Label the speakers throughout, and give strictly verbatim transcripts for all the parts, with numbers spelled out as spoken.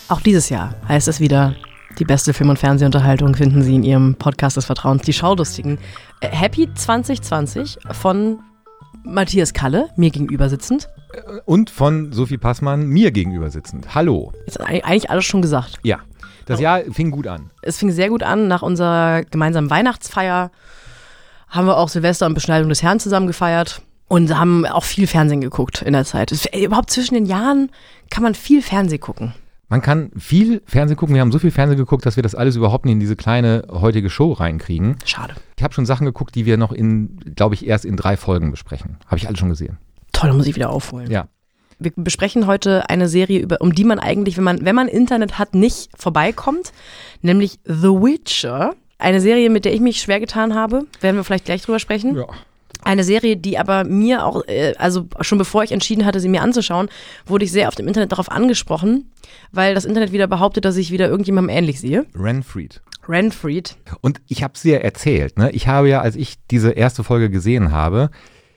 Speaker 1: Auch dieses Jahr heißt es wieder, die beste Film- und Fernsehunterhaltung finden Sie in Ihrem Podcast des Vertrauens, die Schaulustigen. Happy zwanzig zwanzig von Matthias Kalle, mir gegenüber sitzend.
Speaker 2: Und von Sophie Passmann, mir gegenüber sitzend. Hallo.
Speaker 1: Ist eigentlich alles schon gesagt.
Speaker 2: Ja, das Jahr fing gut an.
Speaker 1: Es fing sehr gut an. Nach unserer gemeinsamen Weihnachtsfeier haben wir auch Silvester und Beschneidung des Herrn zusammen gefeiert. Und haben auch viel Fernsehen geguckt in der Zeit. Es, überhaupt zwischen den Jahren kann man viel Fernsehen gucken.
Speaker 2: Man kann viel Fernsehen gucken. Wir haben so viel Fernsehen geguckt, dass wir das alles überhaupt nicht in diese kleine heutige Show reinkriegen.
Speaker 1: Schade.
Speaker 2: Ich habe schon Sachen geguckt, die wir noch in, glaube ich, erst in drei Folgen besprechen. Habe ich alle schon gesehen.
Speaker 1: Toll, muss ich wieder aufholen.
Speaker 2: Ja.
Speaker 1: Wir besprechen heute eine Serie, über, um die man eigentlich, wenn man, wenn man Internet hat, nicht vorbeikommt. Nämlich The Witcher. Eine Serie, mit der ich mich schwer getan habe. Werden wir vielleicht gleich drüber sprechen.
Speaker 2: Ja.
Speaker 1: Eine Serie, die aber mir auch, also schon bevor ich entschieden hatte, sie mir anzuschauen, wurde ich sehr oft im Internet darauf angesprochen, weil das Internet wieder behauptet, dass ich wieder irgendjemandem ähnlich sehe.
Speaker 2: Renfried.
Speaker 1: Renfried.
Speaker 2: Und ich habe es dir erzählt, ne? Ich habe ja, als ich diese erste Folge gesehen habe,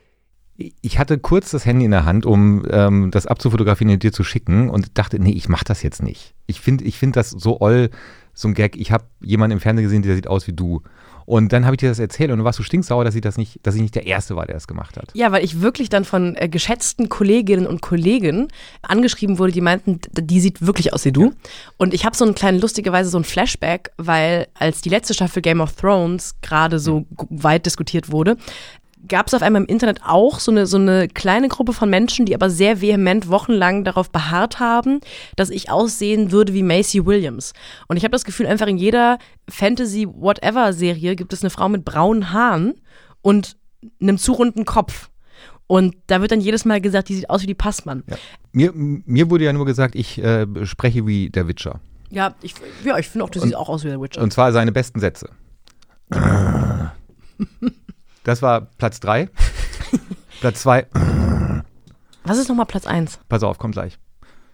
Speaker 2: ich hatte kurz das Handy in der Hand, um ähm, das abzufotografieren und dir zu schicken und dachte, nee, ich mache das jetzt nicht. Ich finde ich find das so oll, so ein Gag. Ich habe jemanden im Fernsehen gesehen, der sieht aus wie du. Und dann habe ich dir das erzählt und du warst so stinksauer, dass ich das nicht, dass ich nicht der Erste war, der das gemacht hat.
Speaker 1: Ja, weil ich wirklich dann von äh, geschätzten Kolleginnen und Kollegen angeschrieben wurde, die meinten, die sieht wirklich aus wie du. Ja. Und ich habe so einen kleinen, lustigerweise so ein Flashback, weil als die letzte Staffel Game of Thrones gerade so mhm. weit diskutiert wurde, gab es auf einmal im Internet auch so eine, so eine kleine Gruppe von Menschen, die aber sehr vehement wochenlang darauf beharrt haben, dass ich aussehen würde wie Maisie Williams. Und ich habe das Gefühl, einfach in jeder Fantasy-Whatever-Serie gibt es eine Frau mit braunen Haaren und einem zu runden Kopf. Und da wird dann jedes Mal gesagt, die sieht aus wie die Passmann.
Speaker 2: Ja. Mir, mir wurde ja nur gesagt, ich äh, spreche wie der Witcher.
Speaker 1: Ja, ich, ja, ich finde auch, du
Speaker 2: und,
Speaker 1: siehst auch aus wie der Witcher.
Speaker 2: Und zwar seine besten Sätze. Das war Platz drei. Platz zwei.
Speaker 1: Was ist nochmal Platz eins?
Speaker 2: Pass auf, kommt gleich.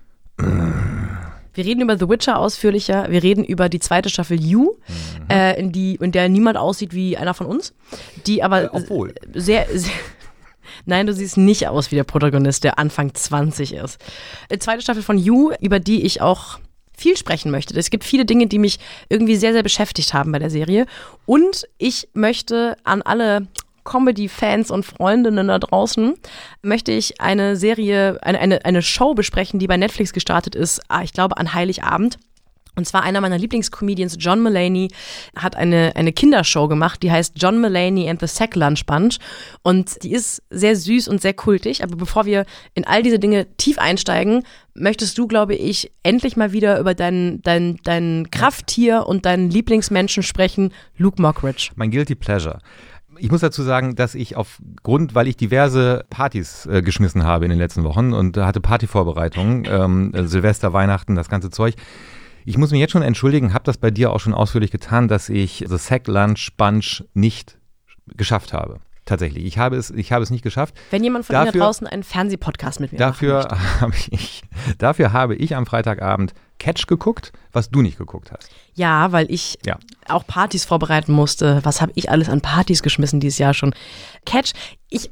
Speaker 1: Wir reden über The Witcher ausführlicher. Wir reden über die zweite Staffel You, mhm. äh, in, die, in der niemand aussieht wie einer von uns. Die aber
Speaker 2: äh, obwohl.
Speaker 1: sehr, sehr Nein, du siehst nicht aus wie der Protagonist, der Anfang zwanzig ist. Die zweite Staffel von You, über die ich auch viel sprechen möchte. Es gibt viele Dinge, die mich irgendwie sehr, sehr beschäftigt haben bei der Serie. Und ich möchte an alle Comedy-Fans und Freundinnen da draußen, möchte ich eine Serie, eine, eine, eine Show besprechen, die bei Netflix gestartet ist, ich glaube an Heiligabend. Und zwar einer meiner Lieblingscomedians, John Mulaney, hat eine, eine Kindershow gemacht, die heißt John Mulaney and the Sack Lunch Bunch. Und die ist sehr süß und sehr kultig. Aber bevor wir in all diese Dinge tief einsteigen, möchtest du, glaube ich, endlich mal wieder über dein, dein, dein Krafttier und deinen Lieblingsmenschen sprechen, Luke Mockridge.
Speaker 2: Mein Guilty Pleasure. Ich muss dazu sagen, dass ich aufgrund, weil ich diverse Partys äh, geschmissen habe in den letzten Wochen und äh, hatte Partyvorbereitungen, ähm, äh, Silvester, Weihnachten, das ganze Zeug. Ich muss mich jetzt schon entschuldigen, habe das bei dir auch schon ausführlich getan, dass ich The Sack Lunch Bunch nicht geschafft habe. Tatsächlich, ich habe es, ich habe es nicht geschafft.
Speaker 1: Wenn jemand von Ihnen da draußen einen Fernsehpodcast mit mir
Speaker 2: dafür
Speaker 1: machen möchte.
Speaker 2: Habe ich, dafür habe ich am Freitagabend Catch geguckt, was du nicht geguckt hast.
Speaker 1: Ja, weil ich
Speaker 2: ja.
Speaker 1: auch Partys vorbereiten musste. Was habe ich alles an Partys geschmissen dieses Jahr schon? Catch, ich...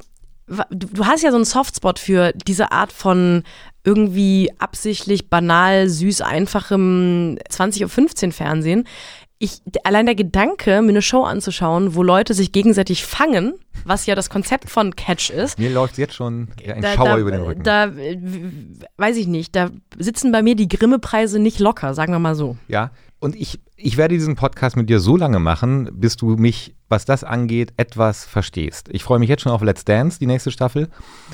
Speaker 1: Du hast ja so einen Softspot für diese Art von irgendwie absichtlich banal, süß, einfachem zwanzig Uhr fünfzehn Fernsehen. Ich, allein der Gedanke, mir eine Show anzuschauen, wo Leute sich gegenseitig fangen, was ja das Konzept von Catch ist.
Speaker 2: Mir läuft jetzt schon ja, ein
Speaker 1: da,
Speaker 2: Schauer
Speaker 1: da,
Speaker 2: über den Rücken.
Speaker 1: Da, weiß ich nicht, da sitzen bei mir die Grimme-Preise nicht locker, sagen wir mal so.
Speaker 2: Ja, und ich, ich werde diesen Podcast mit dir so lange machen, bis du mich, was das angeht, etwas verstehst. Ich freue mich jetzt schon auf Let's Dance, die nächste Staffel.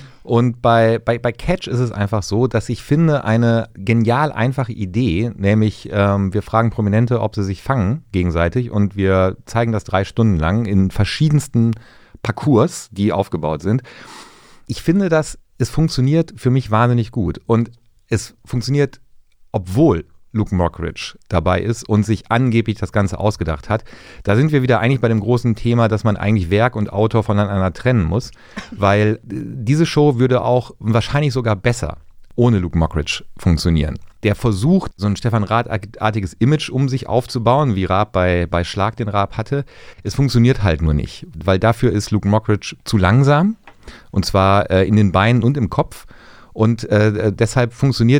Speaker 2: Und bei, bei, bei Catch ist es einfach so, dass ich finde, eine genial einfache Idee, nämlich ähm, wir fragen Prominente, ob sie sich fangen gegenseitig und wir zeigen das drei Stunden lang in verschiedensten Parcours, die aufgebaut sind. Ich finde, dass es funktioniert für mich wahnsinnig gut und es funktioniert, obwohl Luke Mockridge dabei ist und sich angeblich das Ganze ausgedacht hat. Da sind wir wieder eigentlich bei dem großen Thema, dass man eigentlich Werk und Autor voneinander trennen muss, weil diese Show würde auch wahrscheinlich sogar besser ohne Luke Mockridge funktionieren. Der versucht, so ein Stefan Raab-artiges Image um sich aufzubauen, wie Raab bei, bei Schlag den Raab hatte. Es funktioniert halt nur nicht, weil dafür ist Luke Mockridge zu langsam und zwar äh, in den Beinen und im Kopf und äh, deshalb funktioniert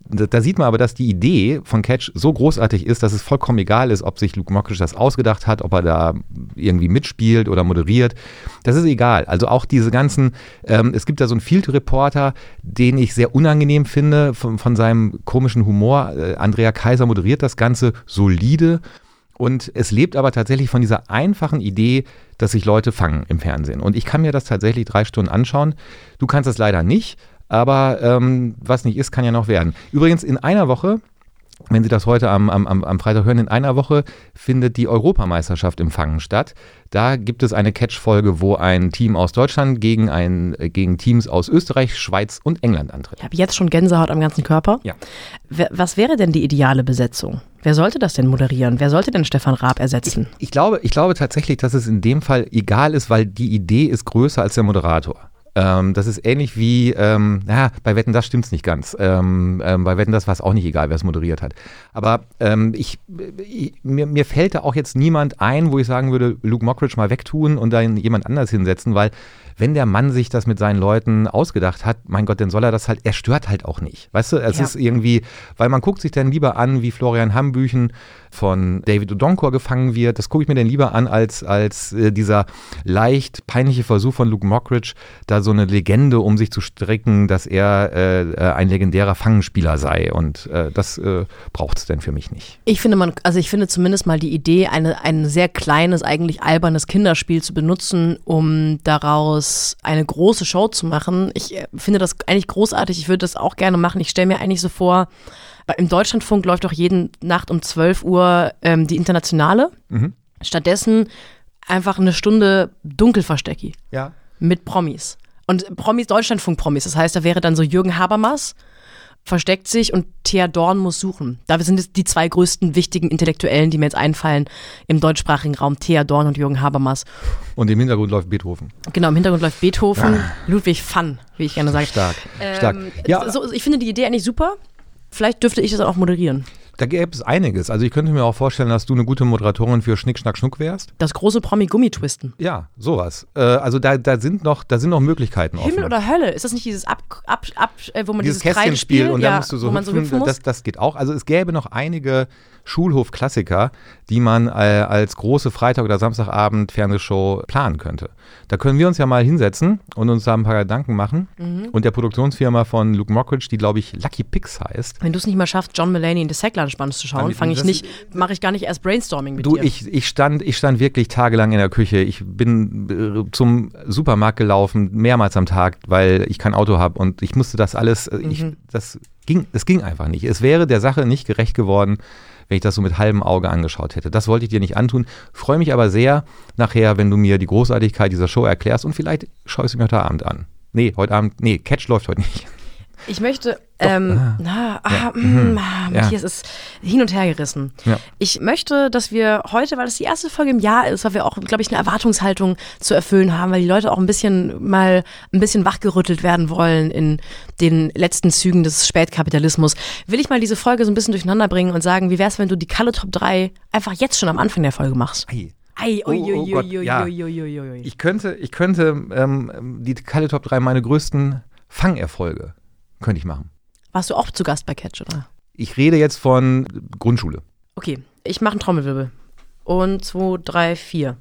Speaker 2: da, da sieht man aber, dass die Idee von Catch so großartig ist, dass es vollkommen egal ist, ob sich Luke Mockridge das ausgedacht hat, ob er da irgendwie mitspielt oder moderiert. Das ist egal. Also auch diese ganzen, ähm, es gibt da so einen Field-Reporter, den ich sehr unangenehm finde, von, von seinem komischen Humor. Äh, Andrea Kaiser moderiert das Ganze solide. Und es lebt aber tatsächlich von dieser einfachen Idee, dass sich Leute fangen im Fernsehen. Und ich kann mir das tatsächlich drei Stunden anschauen. Du kannst das leider nicht, aber ähm, was nicht ist, kann ja noch werden. Übrigens in einer Woche, wenn Sie das heute am, am, am Freitag hören, in einer Woche findet die Europameisterschaft im Fangen statt. Da gibt es eine Catch-Folge, wo ein Team aus Deutschland gegen, ein, gegen Teams aus Österreich, Schweiz und England antritt.
Speaker 1: Ich habe jetzt schon Gänsehaut am ganzen Körper.
Speaker 2: Ja.
Speaker 1: Was wäre denn die ideale Besetzung? Wer sollte das denn moderieren? Wer sollte denn Stefan Raab ersetzen?
Speaker 2: Ich, ich, glaube, ich glaube tatsächlich, dass es in dem Fall egal ist, weil die Idee ist größer als der Moderator. Ähm, das ist ähnlich wie, ähm, na, bei Wetten, das stimmt es nicht ganz. Ähm, ähm, bei Wetten, das war es auch nicht egal, wer es moderiert hat. Aber ähm, ich, ich, mir, mir fällt da auch jetzt niemand ein, wo ich sagen würde, Luke Mockridge mal wegtun und dann jemand anders hinsetzen, weil wenn der Mann sich das mit seinen Leuten ausgedacht hat, mein Gott, dann soll er das halt, er stört halt auch nicht. Weißt du, es ja. ist irgendwie, weil man guckt sich dann lieber an, wie Florian Hambüchen von David Odonkor gefangen wird. Das gucke ich mir dann lieber an, als, als äh, dieser leicht peinliche Versuch von Luke Mockridge, da so eine Legende um sich zu stricken, dass er äh, ein legendärer Fangenspieler sei. Und äh, das äh, braucht es denn für mich nicht.
Speaker 1: Ich finde, man, also ich finde zumindest mal die Idee, eine, ein sehr kleines, eigentlich albernes Kinderspiel zu benutzen, um daraus eine große Show zu machen. Ich äh, finde das eigentlich großartig. Ich würde das auch gerne machen. Ich stelle mir eigentlich so vor, im Deutschlandfunk läuft doch jede Nacht um zwölf Uhr ähm, die Internationale. Mhm. Stattdessen einfach eine Stunde Dunkelverstecki.
Speaker 2: Ja.
Speaker 1: Mit Promis. Und Promis, Deutschlandfunk-Promis. Das heißt, da wäre dann so Jürgen Habermas, versteckt sich und Thea Dorn muss suchen. Da sind es die zwei größten wichtigen Intellektuellen, die mir jetzt einfallen im deutschsprachigen Raum. Thea Dorn und Jürgen Habermas.
Speaker 2: Und im Hintergrund läuft Beethoven.
Speaker 1: Genau, im Hintergrund läuft Beethoven. Ah. Ludwig van, wie ich gerne sage.
Speaker 2: Stark, stark.
Speaker 1: Ähm, ja. so, ich finde die Idee eigentlich super. Vielleicht dürfte ich das auch moderieren.
Speaker 2: Da gäbe es einiges. Also ich könnte mir auch vorstellen, dass du eine gute Moderatorin für Schnick, Schnack, Schnuck wärst.
Speaker 1: Das große Promi-Gummi-Twisten.
Speaker 2: Ja, sowas. Äh, also da, da, sind noch, da sind noch Möglichkeiten offen.
Speaker 1: Himmel oder Hölle? Ist das nicht dieses Ab, ab, ab äh, wo man
Speaker 2: dieses,
Speaker 1: dieses
Speaker 2: Kästchenspiel und
Speaker 1: ja,
Speaker 2: dann musst du so hüpfen,
Speaker 1: so hüpfen muss?
Speaker 2: Das, das geht auch. Also es gäbe noch einige Schulhof-Klassiker, die man äh, als große Freitag- oder Samstagabend-Fernsehshow planen könnte. Da können wir uns ja mal hinsetzen und uns da ein paar Gedanken machen. Mhm. Und der Produktionsfirma von Luke Mockridge, die glaube ich Lucky Picks heißt.
Speaker 1: Wenn du es nicht mal schaffst, John Mulaney in The Sackland spannend zu schauen, fange ich nicht, mache ich gar nicht erst Brainstorming mit
Speaker 2: du,
Speaker 1: dir.
Speaker 2: Du, ich, ich, stand, ich stand wirklich tagelang in der Küche. Ich bin äh, zum Supermarkt gelaufen, mehrmals am Tag, weil ich kein Auto habe und ich musste das alles, äh,
Speaker 1: mhm.
Speaker 2: ich, das ging, es ging einfach nicht. Es wäre der Sache nicht gerecht geworden, wenn ich das so mit halbem Auge angeschaut hätte. Das wollte ich dir nicht antun. Freue mich aber sehr nachher, wenn du mir die Großartigkeit dieser Show erklärst und vielleicht schaue ich sie mir heute Abend an. Nee, heute Abend, nee, Catch läuft heute nicht.
Speaker 1: Ich möchte, ähm, ah. na, ah, ja. mm, ah, Matthias ja. ist hin und her gerissen. Ja. Ich möchte, dass wir heute, weil es die erste Folge im Jahr ist, weil wir auch, glaube ich, eine Erwartungshaltung zu erfüllen haben, weil die Leute auch ein bisschen mal ein bisschen wachgerüttelt werden wollen in den letzten Zügen des Spätkapitalismus, will ich mal diese Folge so ein bisschen durcheinander bringen und sagen, wie wär's, wenn du die Kalle Top drei einfach jetzt schon am Anfang der Folge machst?
Speaker 2: Ei.
Speaker 1: Ei, ui, ui,
Speaker 2: oh, oh
Speaker 1: ui,
Speaker 2: Gott,
Speaker 1: ui,
Speaker 2: ja.
Speaker 1: ui, ui, ui, ui.
Speaker 2: Ich könnte, ich könnte ähm, die Kalle Top drei meine größten Fangerfolge könnte ich machen.
Speaker 1: Warst du auch zu Gast bei Catch, oder?
Speaker 2: Ich rede jetzt von Grundschule.
Speaker 1: Okay, ich mache einen Trommelwirbel. Und zwei, drei, vier.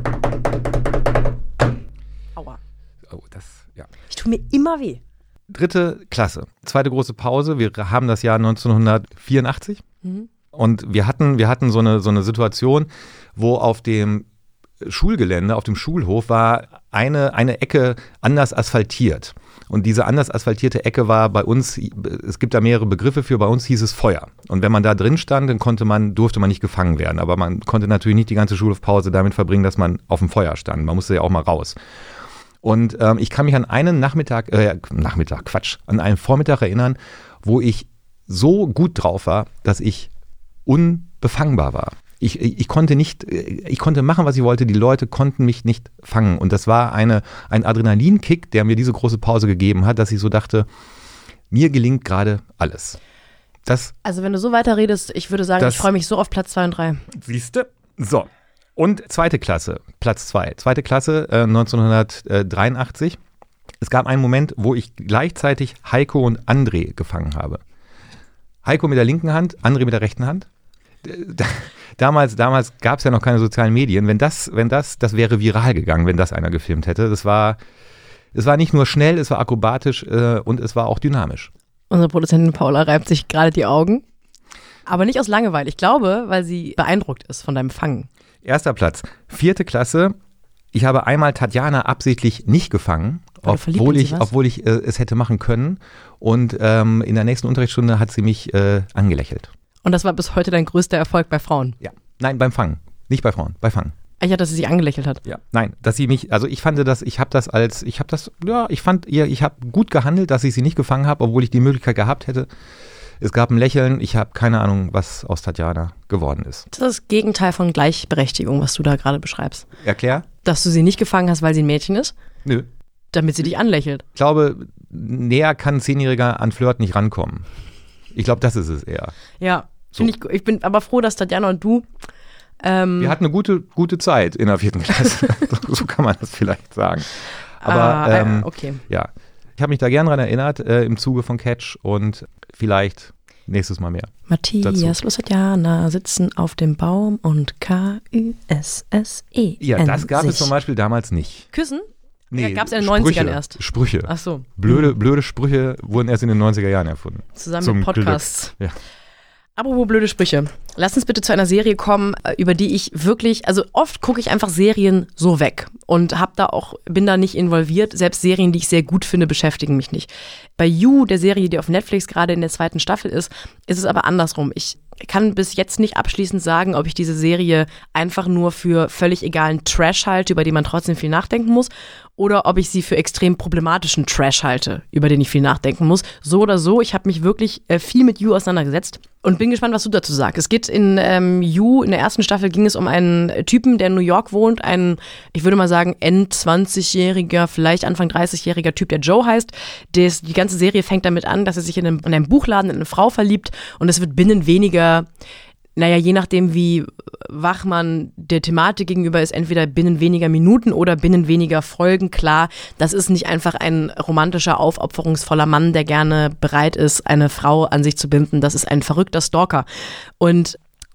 Speaker 1: Aua.
Speaker 2: Oh, das, ja.
Speaker 1: Ich tue mir immer weh.
Speaker 2: Dritte Klasse. Zweite große Pause. Wir haben das Jahr neunzehnhundertvierundachtzig. Mhm. Und wir hatten, wir hatten so eine, so eine Situation, wo auf dem Schulgelände, auf dem Schulhof war eine, eine Ecke anders asphaltiert. Und diese anders asphaltierte Ecke war bei uns, es gibt da mehrere Begriffe für, bei uns hieß es Feuer. Und wenn man da drin stand, dann konnte man, durfte man nicht gefangen werden. Aber man konnte natürlich nicht die ganze Schulhofpause damit verbringen, dass man auf dem Feuer stand. Man musste ja auch mal raus. Und ähm, ich kann mich an einen Nachmittag, äh, Nachmittag, Quatsch, an einen Vormittag erinnern, wo ich so gut drauf war, dass ich unbefangbar war. Ich, ich, ich konnte nicht, ich konnte machen, was ich wollte, die Leute konnten mich nicht fangen. Und das war eine, ein Adrenalinkick, der mir diese große Pause gegeben hat, dass ich so dachte, mir gelingt gerade alles. Das,
Speaker 1: also wenn du so weiterredest, ich würde sagen,
Speaker 2: das,
Speaker 1: ich freue mich so auf Platz zwei und drei.
Speaker 2: Siehste? So. Und zweite Klasse, Platz zwei. Zweite Klasse, äh, neunzehnhundertdreiundachtzig. Es gab einen Moment, wo ich gleichzeitig Heiko und André gefangen habe. Heiko mit der linken Hand, André mit der rechten Hand. Da, damals damals gab es ja noch keine sozialen Medien. Wenn das, wenn das, das wäre viral gegangen, wenn das einer gefilmt hätte. Das war, es war nicht nur schnell, es war akrobatisch äh, und es war auch dynamisch.
Speaker 1: Unsere Produzentin Paula reibt sich gerade die Augen. Aber nicht aus Langeweile. Ich glaube, weil sie beeindruckt ist von deinem Fangen.
Speaker 2: Erster Platz, vierte Klasse. Ich habe einmal Tatjana absichtlich nicht gefangen, obwohl ich, obwohl ich äh, es hätte machen können. Und ähm, in der nächsten Unterrichtsstunde hat sie mich äh, angelächelt.
Speaker 1: Und das war bis heute dein größter Erfolg bei Frauen?
Speaker 2: Ja. Nein, beim Fangen. Nicht bei Frauen, bei Fangen.
Speaker 1: Ich hatte, dass sie sich angelächelt hat.
Speaker 2: Ja. Nein, dass sie mich, also ich fand das, ich habe das als, ich habe das, ja, ich fand ihr, ich habe gut gehandelt, dass ich sie nicht gefangen habe, obwohl ich die Möglichkeit gehabt hätte. Es gab ein Lächeln, ich habe keine Ahnung, was aus Tatjana geworden ist.
Speaker 1: Das ist das Gegenteil von Gleichberechtigung, was du da gerade beschreibst.
Speaker 2: Erklär?
Speaker 1: Dass du sie nicht gefangen hast, weil sie ein Mädchen ist?
Speaker 2: Nö.
Speaker 1: Damit sie dich anlächelt.
Speaker 2: Ich glaube, näher kann ein Zehnjähriger an Flirt nicht rankommen. Ich glaube, das ist es eher.
Speaker 1: Ja,
Speaker 2: so.
Speaker 1: ich, ich bin aber froh, dass Tatjana und du ähm,
Speaker 2: wir hatten eine gute, gute Zeit in der vierten Klasse. so, so kann man das vielleicht sagen. Aber
Speaker 1: ah,
Speaker 2: ähm,
Speaker 1: okay.
Speaker 2: ja, ich habe mich da gern dran erinnert äh, im Zuge von Catch und vielleicht nächstes Mal mehr.
Speaker 1: Matthias plus Tatjana sitzen auf dem Baum und K Ü S S E N
Speaker 2: Ja, das gab
Speaker 1: sich.
Speaker 2: es zum Beispiel damals nicht.
Speaker 1: Küssen?
Speaker 2: Nee,
Speaker 1: ja, gab es in den
Speaker 2: Sprüche,
Speaker 1: neunzigern erst.
Speaker 2: Sprüche.
Speaker 1: Ach so.
Speaker 2: Blöde, blöde Sprüche wurden erst in den neunziger Jahren erfunden.
Speaker 1: Zusammen
Speaker 2: Zum
Speaker 1: mit Podcasts.
Speaker 2: Glück. Ja.
Speaker 1: Apropos blöde Sprüche. Lass uns bitte zu einer Serie kommen, über die ich wirklich, also oft gucke ich einfach Serien so weg und hab da auch, bin da nicht involviert. Selbst Serien, die ich sehr gut finde, beschäftigen mich nicht. Bei You, der Serie, die auf Netflix gerade in der zweiten Staffel ist, ist es aber andersrum. Ich kann bis jetzt nicht abschließend sagen, ob ich diese Serie einfach nur für völlig egalen Trash halte, über den man trotzdem viel nachdenken muss, oder ob ich sie für extrem problematischen Trash halte, über den ich viel nachdenken muss. So oder so, ich habe mich wirklich äh, viel mit You auseinandergesetzt und bin gespannt, was du dazu sagst. Es geht in ähm, You, in der ersten Staffel ging es um einen Typen, der in New York wohnt, ein, ich würde mal sagen, End zwanzigjähriger, vielleicht Anfang dreißigjähriger Typ, der Joe heißt. Des, die ganze Serie fängt damit an, dass er sich in einem, in einem Buchladen in eine Frau verliebt und es wird binnen weniger, naja, je nachdem, wie wach man der Thematik gegenüber ist, entweder binnen weniger Minuten oder binnen weniger Folgen klar, das ist nicht einfach ein romantischer, aufopferungsvoller Mann, der gerne bereit ist, eine Frau an sich zu binden. Das ist ein verrückter Stalker. Und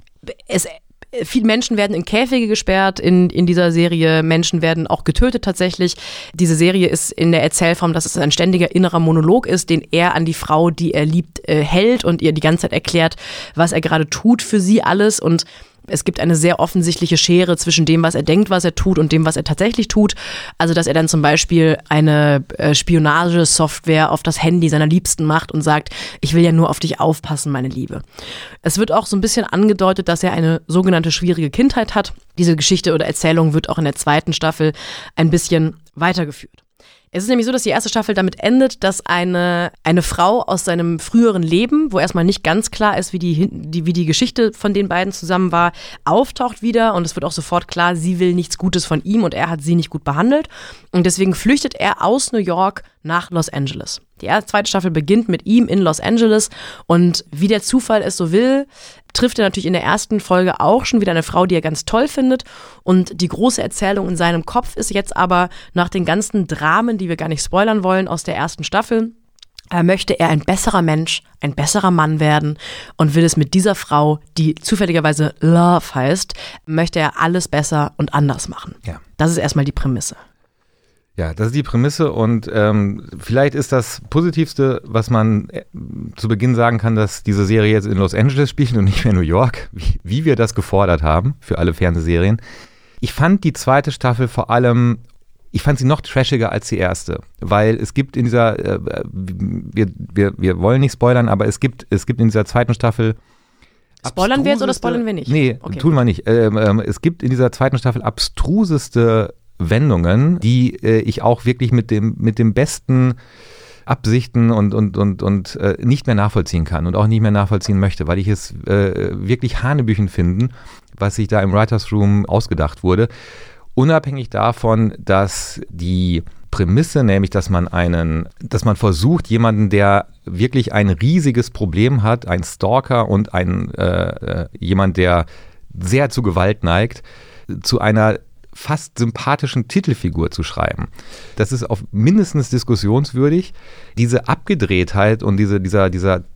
Speaker 1: es Viele Menschen werden in Käfige gesperrt in, in dieser Serie. Menschen werden auch getötet tatsächlich. Diese Serie ist in der Erzählform, dass es ein ständiger innerer Monolog ist, den er an die Frau, die er liebt, äh, hält und ihr die ganze Zeit erklärt, was er gerade tut für sie alles. Und es gibt eine sehr offensichtliche Schere zwischen dem, was er denkt, was er tut und dem, was er tatsächlich tut. Also, dass er dann zum Beispiel eine äh, Spionagesoftware auf das Handy seiner Liebsten macht und sagt, ich will ja nur auf dich aufpassen, meine Liebe. Es wird auch so ein bisschen angedeutet, dass er eine sogenannte schwierige Kindheit hat. Diese Geschichte oder Erzählung wird auch in der zweiten Staffel ein bisschen weitergeführt. Es ist nämlich so, dass die erste Staffel damit endet, dass eine, eine Frau aus seinem früheren Leben, wo erstmal nicht ganz klar ist, wie die, die, wie die Geschichte von den beiden zusammen war, auftaucht wieder und es wird auch sofort klar, sie will nichts Gutes von ihm und er hat sie nicht gut behandelt und deswegen flüchtet er aus New York nach Los Angeles. Die erste, zweite Staffel beginnt mit ihm in Los Angeles und wie der Zufall es so will, trifft er natürlich in der ersten Folge auch schon wieder eine Frau, die er ganz toll findet. Und die große Erzählung in seinem Kopf ist jetzt aber nach den ganzen Dramen, die wir gar nicht spoilern wollen aus der ersten Staffel, äh, möchte er ein besserer Mensch, ein besserer Mann werden und will es mit dieser Frau, die zufälligerweise Love heißt, möchte er alles besser und anders machen.
Speaker 2: Ja.
Speaker 1: Das ist erstmal die Prämisse.
Speaker 2: Ja, das ist die Prämisse und ähm, vielleicht ist das Positivste, was man äh, zu Beginn sagen kann, dass diese Serie jetzt in Los Angeles spielt und nicht mehr New York, wie, wie wir das gefordert haben für alle Fernsehserien. Ich fand die zweite Staffel vor allem, ich fand sie noch trashiger als die erste, weil es gibt in dieser, äh, wir, wir, wir wollen nicht spoilern, aber es gibt, es gibt in dieser zweiten Staffel
Speaker 1: Spoilern wir jetzt oder spoilern wir nicht?
Speaker 2: Nee, okay. Tun wir nicht. Ähm, ähm, es gibt in dieser zweiten Staffel abstruseste Wendungen, die äh, ich auch wirklich mit dem, mit dem besten Absichten und, und, und, und äh, nicht mehr nachvollziehen kann und auch nicht mehr nachvollziehen möchte, weil ich es äh, wirklich hanebüchen finde, was sich da im Writers Room ausgedacht wurde. Unabhängig davon, dass die Prämisse, nämlich dass man einen, dass man versucht, jemanden, der wirklich ein riesiges Problem hat, ein Stalker und ein äh, jemand, der sehr zu Gewalt neigt, zu einer fast sympathischen Titelfigur zu schreiben. Das ist auf mindestens diskussionswürdig. Diese Abgedrehtheit und diese, dieser, dieser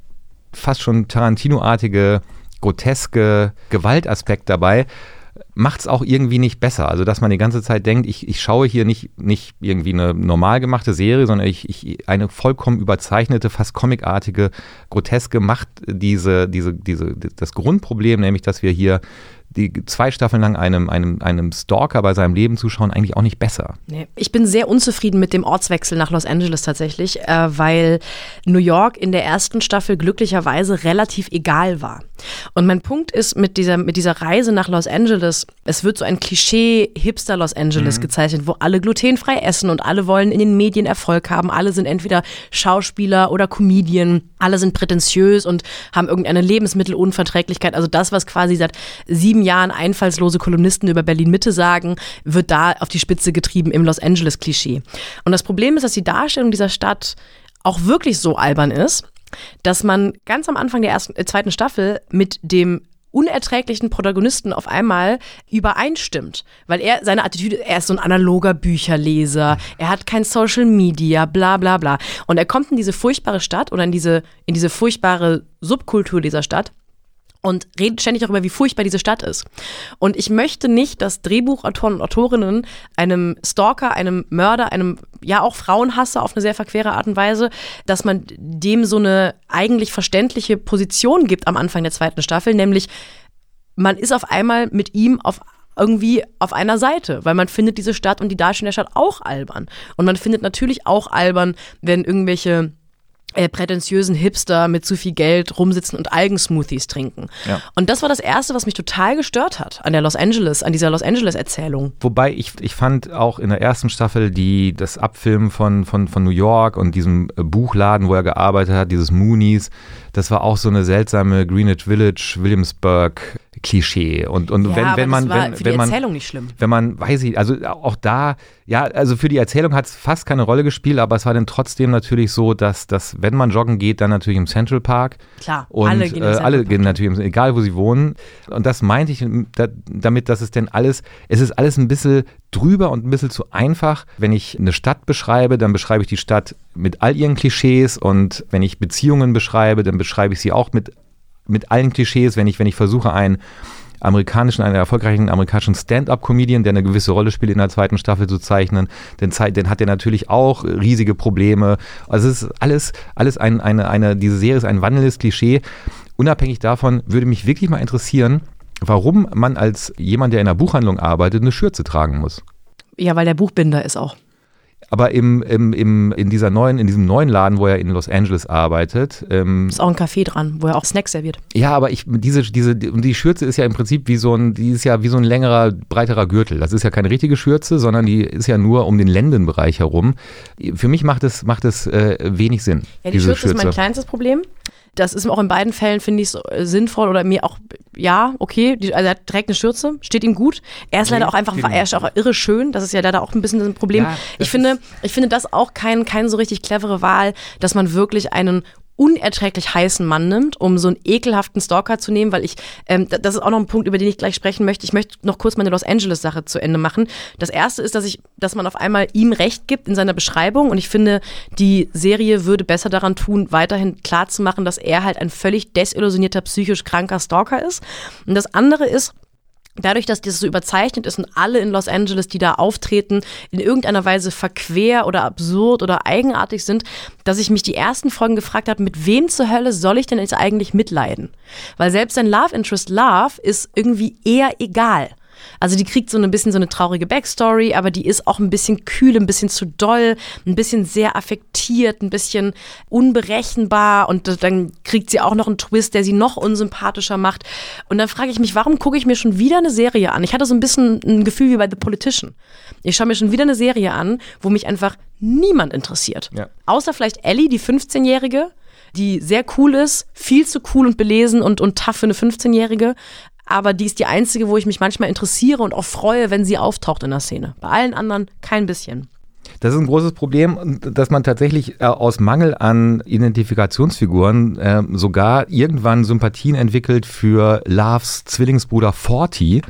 Speaker 2: fast schon Tarantino-artige, groteske Gewaltaspekt dabei, macht es auch irgendwie nicht besser. Also, dass man die ganze Zeit denkt, ich, ich schaue hier nicht, nicht irgendwie eine normal gemachte Serie, sondern ich, ich eine vollkommen überzeichnete, fast comicartige, groteske macht diese, diese, diese, das Grundproblem, nämlich, dass wir hier die zwei Staffeln lang einem, einem, einem Stalker bei seinem Leben zuschauen, eigentlich auch nicht besser.
Speaker 1: Nee. Ich bin sehr unzufrieden mit dem Ortswechsel nach Los Angeles tatsächlich, äh, weil New York in der ersten Staffel glücklicherweise relativ egal war. Und mein Punkt ist mit dieser, mit dieser Reise nach Los Angeles, es wird so ein Klischee-Hipster Los Angeles mhm. gezeichnet, wo alle glutenfrei essen und alle wollen in den Medien Erfolg haben. Alle sind entweder Schauspieler oder Comedian. Alle sind prätentiös und haben irgendeine Lebensmittelunverträglichkeit. Also das, was quasi seit sieben Jahren einfallslose Kolumnisten über Berlin-Mitte sagen, wird da auf die Spitze getrieben im Los Angeles-Klischee. Und das Problem ist, dass die Darstellung dieser Stadt auch wirklich so albern ist, dass man ganz am Anfang der ersten, äh, zweiten Staffel mit dem unerträglichen Protagonisten auf einmal übereinstimmt, weil er seine Attitüde, er ist so ein analoger Bücherleser, er hat kein Social Media, bla bla bla. Und er kommt in diese furchtbare Stadt oder in diese, in diese furchtbare Subkultur dieser Stadt und redet ständig darüber, wie furchtbar diese Stadt ist. Und ich möchte nicht, dass Drehbuchautoren und Autorinnen einem Stalker, einem Mörder, einem ja auch Frauenhasser auf eine sehr verquere Art und Weise, dass man dem so eine eigentlich verständliche Position gibt am Anfang der zweiten Staffel, nämlich man ist auf einmal mit ihm auf irgendwie auf einer Seite, weil man findet diese Stadt und die Darstellung der Stadt auch albern. Und man findet natürlich auch albern, wenn irgendwelche Äh, prätentiösen Hipster mit zu viel Geld rumsitzen und Algensmoothies trinken. Ja. Und das war das Erste, was mich total gestört hat an der Los Angeles, an dieser Los Angeles-Erzählung.
Speaker 2: Wobei ich, ich fand auch in der ersten Staffel die, das Abfilmen von, von, von New York und diesem Buchladen, wo er gearbeitet hat, dieses Moonies, das war auch so eine seltsame Greenwich Village, Williamsburg Klischee. Und, und
Speaker 1: ja,
Speaker 2: wenn,
Speaker 1: aber
Speaker 2: wenn man,
Speaker 1: das war
Speaker 2: wenn,
Speaker 1: für
Speaker 2: wenn
Speaker 1: die
Speaker 2: man,
Speaker 1: Erzählung nicht schlimm.
Speaker 2: Wenn man, weiß ich, also auch da, ja, also für die Erzählung hat es fast keine Rolle gespielt, aber es war dann trotzdem natürlich so, dass, dass wenn man joggen geht, dann natürlich im Central Park.
Speaker 1: Klar,
Speaker 2: und
Speaker 1: alle gehen,
Speaker 2: äh, alle gehen natürlich, egal wo sie wohnen. Und das meinte ich da, damit, dass es denn alles, es ist alles ein bisschen drüber und ein bisschen zu einfach. Wenn ich eine Stadt beschreibe, dann beschreibe ich die Stadt mit all ihren Klischees, und wenn ich Beziehungen beschreibe, dann beschreibe ich sie auch mit, mit allen Klischees. Wenn ich, wenn ich versuche, einen amerikanischen, einen erfolgreichen amerikanischen Stand-up-Comedian, der eine gewisse Rolle spielt in der zweiten Staffel, zu zeichnen, dann, dann hat er natürlich auch riesige Probleme. Also es ist alles, alles ein, eine, eine, diese Serie ist ein wandelndes Klischee. Unabhängig davon würde mich wirklich mal interessieren, warum man als jemand, der in einer Buchhandlung arbeitet, eine Schürze tragen muss.
Speaker 1: Ja, weil der Buchbinder ist auch.
Speaker 2: Aber im, im, im, in, dieser neuen, in diesem neuen Laden, wo er in Los Angeles arbeitet. Ähm,
Speaker 1: ist auch ein Café dran, wo er auch Snacks serviert.
Speaker 2: Ja, aber ich, diese, diese, die Schürze ist ja im Prinzip wie so ein, die ist ja wie so ein längerer, breiterer Gürtel. Das ist ja keine richtige Schürze, sondern die ist ja nur um den Lendenbereich herum. Für mich macht es, macht es äh, wenig Sinn.
Speaker 1: Ja, die Schürze, Schürze ist mein kleinstes Problem. Das ist auch in beiden Fällen, finde ich, so sinnvoll oder mir auch, ja, okay, die, also er trägt eine Schürze, steht ihm gut. Er ist nee, leider auch einfach, er ist auch irre schön, das ist ja leider auch ein bisschen ein Problem. Ja, ich finde, ich finde das auch kein, kein so richtig clevere Wahl, dass man wirklich einen unerträglich heißen Mann nimmt, um so einen ekelhaften Stalker zu nehmen, weil ich, ähm, das ist auch noch ein Punkt, über den ich gleich sprechen möchte. Ich möchte noch kurz meine Los Angeles-Sache zu Ende machen. Das erste ist, dass ich, dass man auf einmal ihm Recht gibt in seiner Beschreibung, und ich finde, die Serie würde besser daran tun, weiterhin klarzumachen, dass er halt ein völlig desillusionierter, psychisch kranker Stalker ist. Und das andere ist, dadurch, dass das so überzeichnet ist und alle in Los Angeles, die da auftreten, in irgendeiner Weise verquer oder absurd oder eigenartig sind, dass ich mich die ersten Folgen gefragt habe, mit wem zur Hölle soll ich denn jetzt eigentlich mitleiden? Weil selbst sein Love Interest Love ist irgendwie eher egal. Also die kriegt so ein bisschen so eine traurige Backstory, aber die ist auch ein bisschen kühl, ein bisschen zu doll, ein bisschen sehr affektiert, ein bisschen unberechenbar, und dann kriegt sie auch noch einen Twist, der sie noch unsympathischer macht. Und dann frage ich mich, warum gucke ich mir schon wieder eine Serie an? Ich hatte so ein bisschen ein Gefühl wie bei The Politician. Ich schaue mir schon wieder eine Serie an, wo mich einfach niemand interessiert. Ja. Außer vielleicht Ellie, die fünfzehnjährige, die sehr cool ist, viel zu cool und belesen und, und tough für eine fünfzehnjährige. Aber die ist die einzige, wo ich mich manchmal interessiere und auch freue, wenn sie auftaucht in der Szene. Bei allen anderen kein bisschen.
Speaker 2: Das ist ein großes Problem, dass man tatsächlich äh, aus Mangel an Identifikationsfiguren äh, sogar irgendwann Sympathien entwickelt für Loves Zwillingsbruder Forty,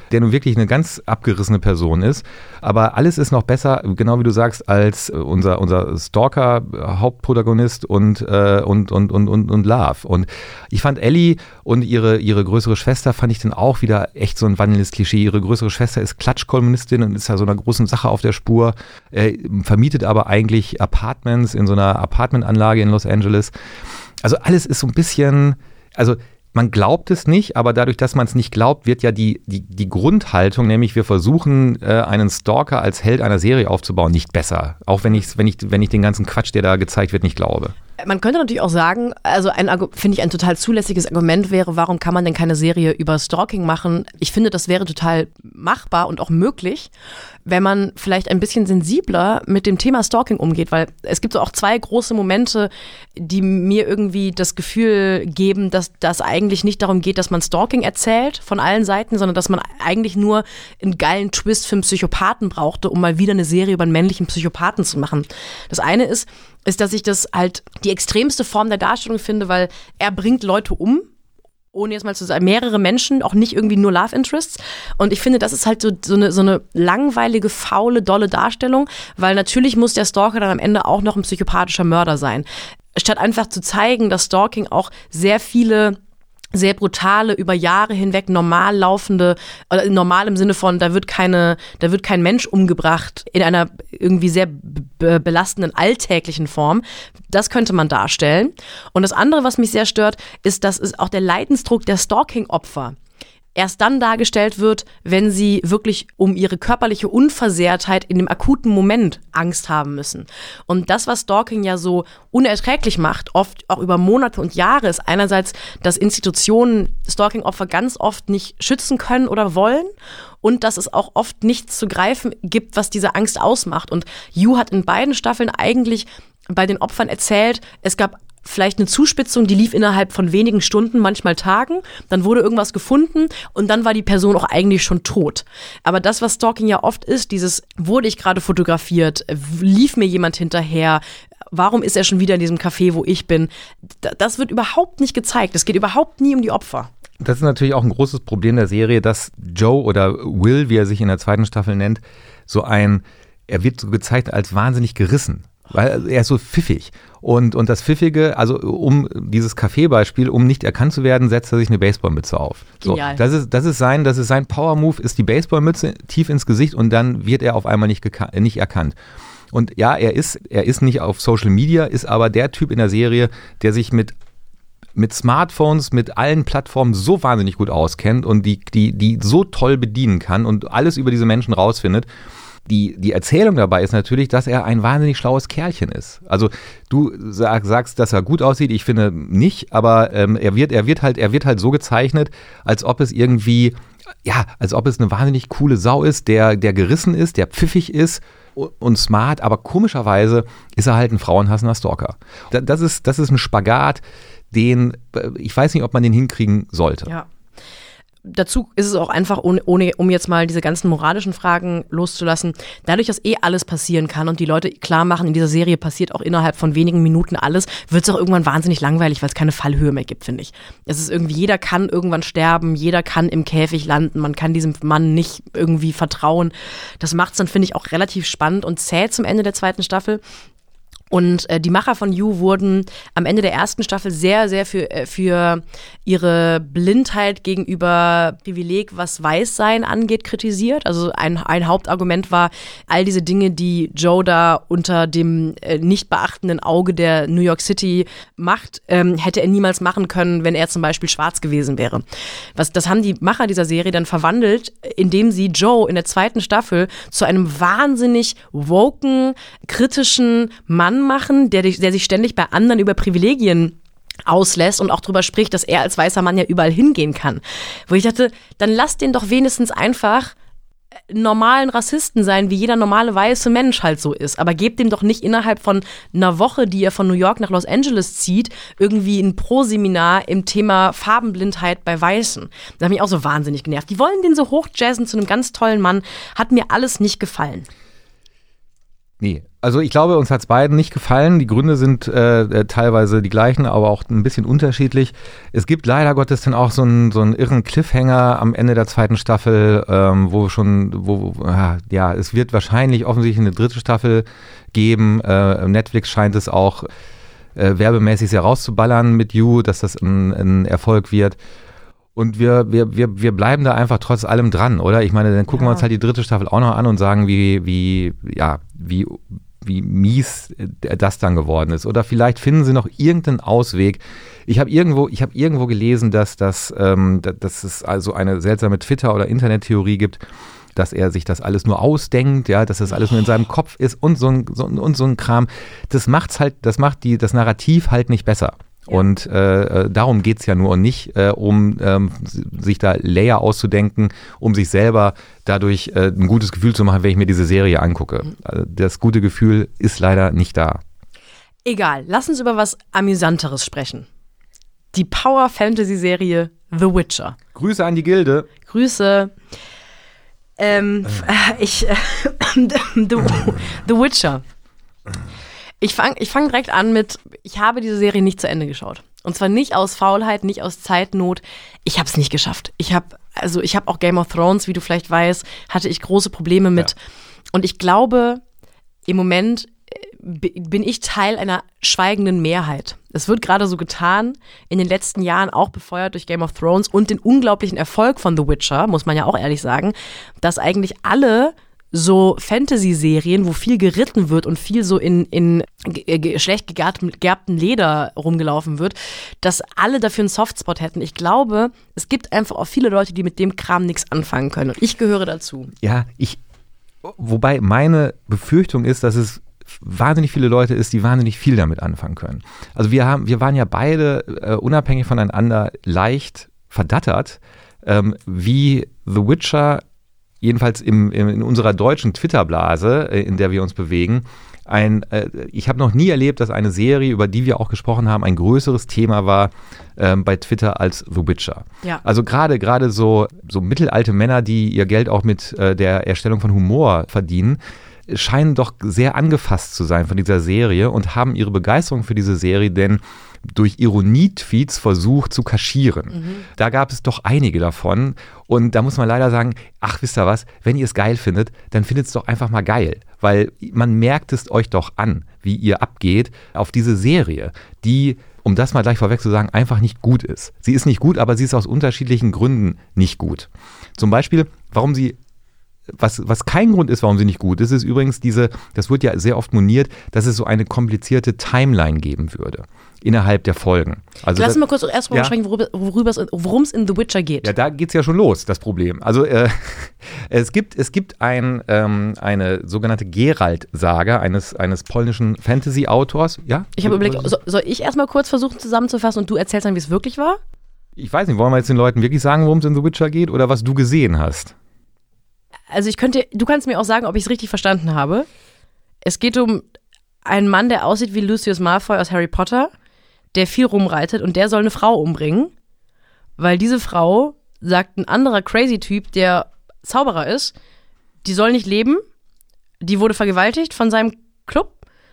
Speaker 2: der nun wirklich eine ganz abgerissene Person ist. Aber alles ist noch besser, genau wie du sagst, als unser, unser Stalker-Hauptprotagonist und, äh, und, und, und, und, und Love. Und ich fand Ellie und ihre, ihre größere Schwester, fand ich dann auch wieder echt so ein wandelndes Klischee. Ihre größere Schwester ist Klatschkolumnistin und ist ja so einer großen Sache auf der Spur, äh, vermietet aber eigentlich Apartments in so einer Apartmentanlage in Los Angeles. Also alles ist so ein bisschen, also man glaubt es nicht, aber dadurch, dass man es nicht glaubt, wird ja die, die, die Grundhaltung, nämlich wir versuchen, äh, einen Stalker als Held einer Serie aufzubauen, nicht besser. Auch wenn ich, wenn ich, wenn ich den ganzen Quatsch, der da gezeigt wird, nicht glaube.
Speaker 1: Man könnte natürlich auch sagen, also ein finde ich ein total zulässiges Argument wäre, warum kann man denn keine Serie über Stalking machen? Ich finde, das wäre total machbar und auch möglich, wenn man vielleicht ein bisschen sensibler mit dem Thema Stalking umgeht, weil es gibt so auch zwei große Momente, die mir irgendwie das Gefühl geben, dass das eigentlich nicht darum geht, dass man Stalking erzählt von allen Seiten, sondern dass man eigentlich nur einen geilen Twist für einen Psychopathen brauchte, um mal wieder eine Serie über einen männlichen Psychopathen zu machen. Das eine ist, ist, dass ich das halt die extremste Form der Darstellung finde, weil er bringt Leute um, ohne jetzt mal zu sagen, mehrere Menschen, auch nicht irgendwie nur Love Interests. Und ich finde, das ist halt so, so, eine, so eine langweilige, faule, dolle Darstellung, weil natürlich muss der Stalker dann am Ende auch noch ein psychopathischer Mörder sein. Statt einfach zu zeigen, dass Stalking auch sehr viele sehr brutale, über Jahre hinweg normal laufende, oder normal im Sinne von, da wird keine, da wird kein Mensch umgebracht in einer irgendwie sehr be- belastenden alltäglichen Form. Das könnte man darstellen. Und das andere, was mich sehr stört, ist, dass es auch der Leidensdruck der Stalking-Opfer erst dann dargestellt wird, wenn sie wirklich um ihre körperliche Unversehrtheit in dem akuten Moment Angst haben müssen. Und das, was Stalking ja so unerträglich macht, oft auch über Monate und Jahre, ist einerseits, dass Institutionen Stalking-Opfer ganz oft nicht schützen können oder wollen und dass es auch oft nichts zu greifen gibt, was diese Angst ausmacht. Und You hat in beiden Staffeln eigentlich bei den Opfern erzählt, es gab vielleicht eine Zuspitzung, die lief innerhalb von wenigen Stunden, manchmal Tagen. Dann wurde irgendwas gefunden und dann war die Person auch eigentlich schon tot. Aber das, was Stalking ja oft ist, dieses, wurde ich gerade fotografiert, lief mir jemand hinterher, warum ist er schon wieder in diesem Café, wo ich bin, das wird überhaupt nicht gezeigt. Es geht überhaupt nie um die Opfer.
Speaker 2: Das ist natürlich auch ein großes Problem der Serie, dass Joe oder Will, wie er sich in der zweiten Staffel nennt, so ein, er wird so gezeigt als wahnsinnig gerissen. Weil er ist so pfiffig. Und, und das Pfiffige, also um dieses Kaffeebeispiel, um nicht erkannt zu werden, setzt er sich eine Baseballmütze auf. So,
Speaker 1: Genial.
Speaker 2: das ist, das ist sein, das ist sein Power-Move, ist die Baseballmütze tief ins Gesicht und dann wird er auf einmal nicht, geka- nicht erkannt. Und ja, er ist, er ist nicht auf Social Media, ist aber der Typ in der Serie, der sich mit mit Smartphones, mit allen Plattformen so wahnsinnig gut auskennt und die, die, die so toll bedienen kann und alles über diese Menschen rausfindet. Die, die Erzählung dabei ist natürlich, dass er ein wahnsinnig schlaues Kerlchen ist. Also du sag, sagst, dass er gut aussieht, ich finde nicht, aber ähm, er wird, er wird halt, er wird halt so gezeichnet, als ob es irgendwie, ja, als ob es eine wahnsinnig coole Sau ist, der, der gerissen ist, der pfiffig ist und smart, aber komischerweise ist er halt ein frauenhassender Stalker. Das ist, das ist ein Spagat, den, ich weiß nicht, ob man den hinkriegen sollte.
Speaker 1: Ja. Dazu ist es auch einfach, ohne, ohne, um jetzt mal diese ganzen moralischen Fragen loszulassen, dadurch, dass eh alles passieren kann und die Leute klar machen, in dieser Serie passiert auch innerhalb von wenigen Minuten alles, wird es auch irgendwann wahnsinnig langweilig, weil es keine Fallhöhe mehr gibt, finde ich. Es ist irgendwie, jeder kann irgendwann sterben, jeder kann im Käfig landen, man kann diesem Mann nicht irgendwie vertrauen. Das macht es dann, finde ich, auch relativ spannend und zäh zum Ende der zweiten Staffel. Und äh, die Macher von You wurden am Ende der ersten Staffel sehr, sehr für, äh, für ihre Blindheit gegenüber Privileg, was Weißsein angeht, kritisiert. Also ein, ein Hauptargument war, all diese Dinge, die Joe da unter dem äh, nicht beachtenden Auge der New York City macht, ähm, hätte er niemals machen können, wenn er zum Beispiel schwarz gewesen wäre. Was, das haben die Macher dieser Serie dann verwandelt, indem sie Joe in der zweiten Staffel zu einem wahnsinnig woken, kritischen Mann machen, der, der sich ständig bei anderen über Privilegien auslässt und auch drüber spricht, dass er als weißer Mann ja überall hingehen kann. Wo ich dachte, dann lass den doch wenigstens einfach normalen Rassisten sein, wie jeder normale weiße Mensch halt so ist. Aber gebt dem doch nicht innerhalb von einer Woche, die er von New York nach Los Angeles zieht, irgendwie ein Pro-Seminar im Thema Farbenblindheit bei Weißen. Das hat mich auch so wahnsinnig genervt. Die wollen den so hochjazzen zu einem ganz tollen Mann. Hat mir alles nicht gefallen.
Speaker 2: Nee, also ich glaube, uns hat es beiden nicht gefallen. Die Gründe sind äh, teilweise die gleichen, aber auch ein bisschen unterschiedlich. Es gibt leider Gottes dann auch so einen, so einen irren Cliffhanger am Ende der zweiten Staffel, ähm, wo schon, wo, ja, es wird wahrscheinlich offensichtlich eine dritte Staffel geben. Äh, Netflix scheint es auch äh, werbemäßig sehr rauszuballern mit You, dass das ein, ein Erfolg wird. Und wir, wir, wir, wir bleiben da einfach trotz allem dran, oder? Ich meine, dann gucken ja. wir uns halt die dritte Staffel auch noch an und sagen, wie, wie, ja, wie, wie mies das dann geworden ist. Oder vielleicht finden sie noch irgendeinen Ausweg. Ich habe irgendwo, ich habe irgendwo gelesen, dass, das, ähm, dass es also eine seltsame Twitter- oder Internettheorie gibt, dass er sich das alles nur ausdenkt, ja, dass das alles nur in seinem Kopf ist und so ein, so, und so ein Kram. Das macht's halt, das macht die, das Narrativ halt nicht besser. Ja. Und äh, darum geht es ja nur und nicht, äh, um ähm, sich da Layer auszudenken, um sich selber dadurch äh, ein gutes Gefühl zu machen, wenn ich mir diese Serie angucke. Also das gute Gefühl ist leider nicht da.
Speaker 1: Egal, lass uns über was Amüsanteres sprechen. Die Power-Fantasy-Serie The Witcher.
Speaker 2: Grüße an die Gilde.
Speaker 1: Grüße. Ähm, äh. ich, äh, The, The Witcher. Ich fange ich fang direkt an mit, ich habe diese Serie nicht zu Ende geschaut. Und zwar nicht aus Faulheit, nicht aus Zeitnot. Ich habe es nicht geschafft. Ich habe also ich habe auch Game of Thrones, wie du vielleicht weißt, hatte ich große Probleme mit. Ja. Und ich glaube, im Moment bin ich Teil einer schweigenden Mehrheit. Es wird gerade so getan, in den letzten Jahren auch befeuert durch Game of Thrones und den unglaublichen Erfolg von The Witcher, muss man ja auch ehrlich sagen, dass eigentlich alle so Fantasy-Serien, wo viel geritten wird und viel so in, in g- schlecht gegerbten Leder rumgelaufen wird, dass alle dafür einen Softspot hätten. Ich glaube, es gibt einfach auch viele Leute, die mit dem Kram nichts anfangen können. Und ich gehöre dazu.
Speaker 2: Ja, ich, wobei meine Befürchtung ist, dass es wahnsinnig viele Leute ist, die wahnsinnig viel damit anfangen können. Also wir haben, wir waren ja beide äh, unabhängig voneinander leicht verdattert, ähm, wie The Witcher jedenfalls im, im, in unserer deutschen Twitter-Blase, äh, in der wir uns bewegen, ein, äh, ich habe noch nie erlebt, dass eine Serie, über die wir auch gesprochen haben, ein größeres Thema war ähm, bei Twitter als The Witcher.
Speaker 1: Ja.
Speaker 2: Also gerade gerade so, so mittelalte Männer, die ihr Geld auch mit äh, der Erstellung von Humor verdienen, scheinen doch sehr angefasst zu sein von dieser Serie und haben ihre Begeisterung für diese Serie denn durch Ironie-Tweets versucht zu kaschieren. Mhm. Da gab es doch einige davon und da muss man leider sagen, ach, wisst ihr was, wenn ihr es geil findet, dann findet es doch einfach mal geil, weil man merkt es euch doch an, wie ihr abgeht auf diese Serie, die, um das mal gleich vorweg zu sagen, einfach nicht gut ist. Sie ist nicht gut, aber sie ist aus unterschiedlichen Gründen nicht gut. Zum Beispiel, warum sie Was, was kein Grund ist, warum sie nicht gut ist, ist übrigens diese, das wird ja sehr oft moniert, dass es so eine komplizierte Timeline geben würde innerhalb der Folgen. Also
Speaker 1: Lass
Speaker 2: das,
Speaker 1: mal kurz erst mal ja. sprechen, worum es in The Witcher geht.
Speaker 2: Ja, da geht es ja schon los, das Problem. Also äh, es gibt, es gibt ein, ähm, eine sogenannte Geralt-Saga eines, eines polnischen Fantasy-Autors. Ja?
Speaker 1: Ich habe überlegt, so, soll ich erst mal kurz versuchen zusammenzufassen und du erzählst dann, wie es wirklich war?
Speaker 2: Ich weiß nicht, wollen wir jetzt den Leuten wirklich sagen, worum es in The Witcher geht oder was du gesehen hast?
Speaker 1: Also ich könnte, du kannst mir auch sagen, ob ich es richtig verstanden habe. Es geht um einen Mann, der aussieht wie Lucius Malfoy aus Harry Potter, der viel rumreitet und der soll eine Frau umbringen, weil diese Frau, sagt ein anderer Crazy-Typ, der Zauberer ist, die soll nicht leben, die wurde vergewaltigt von seinem Club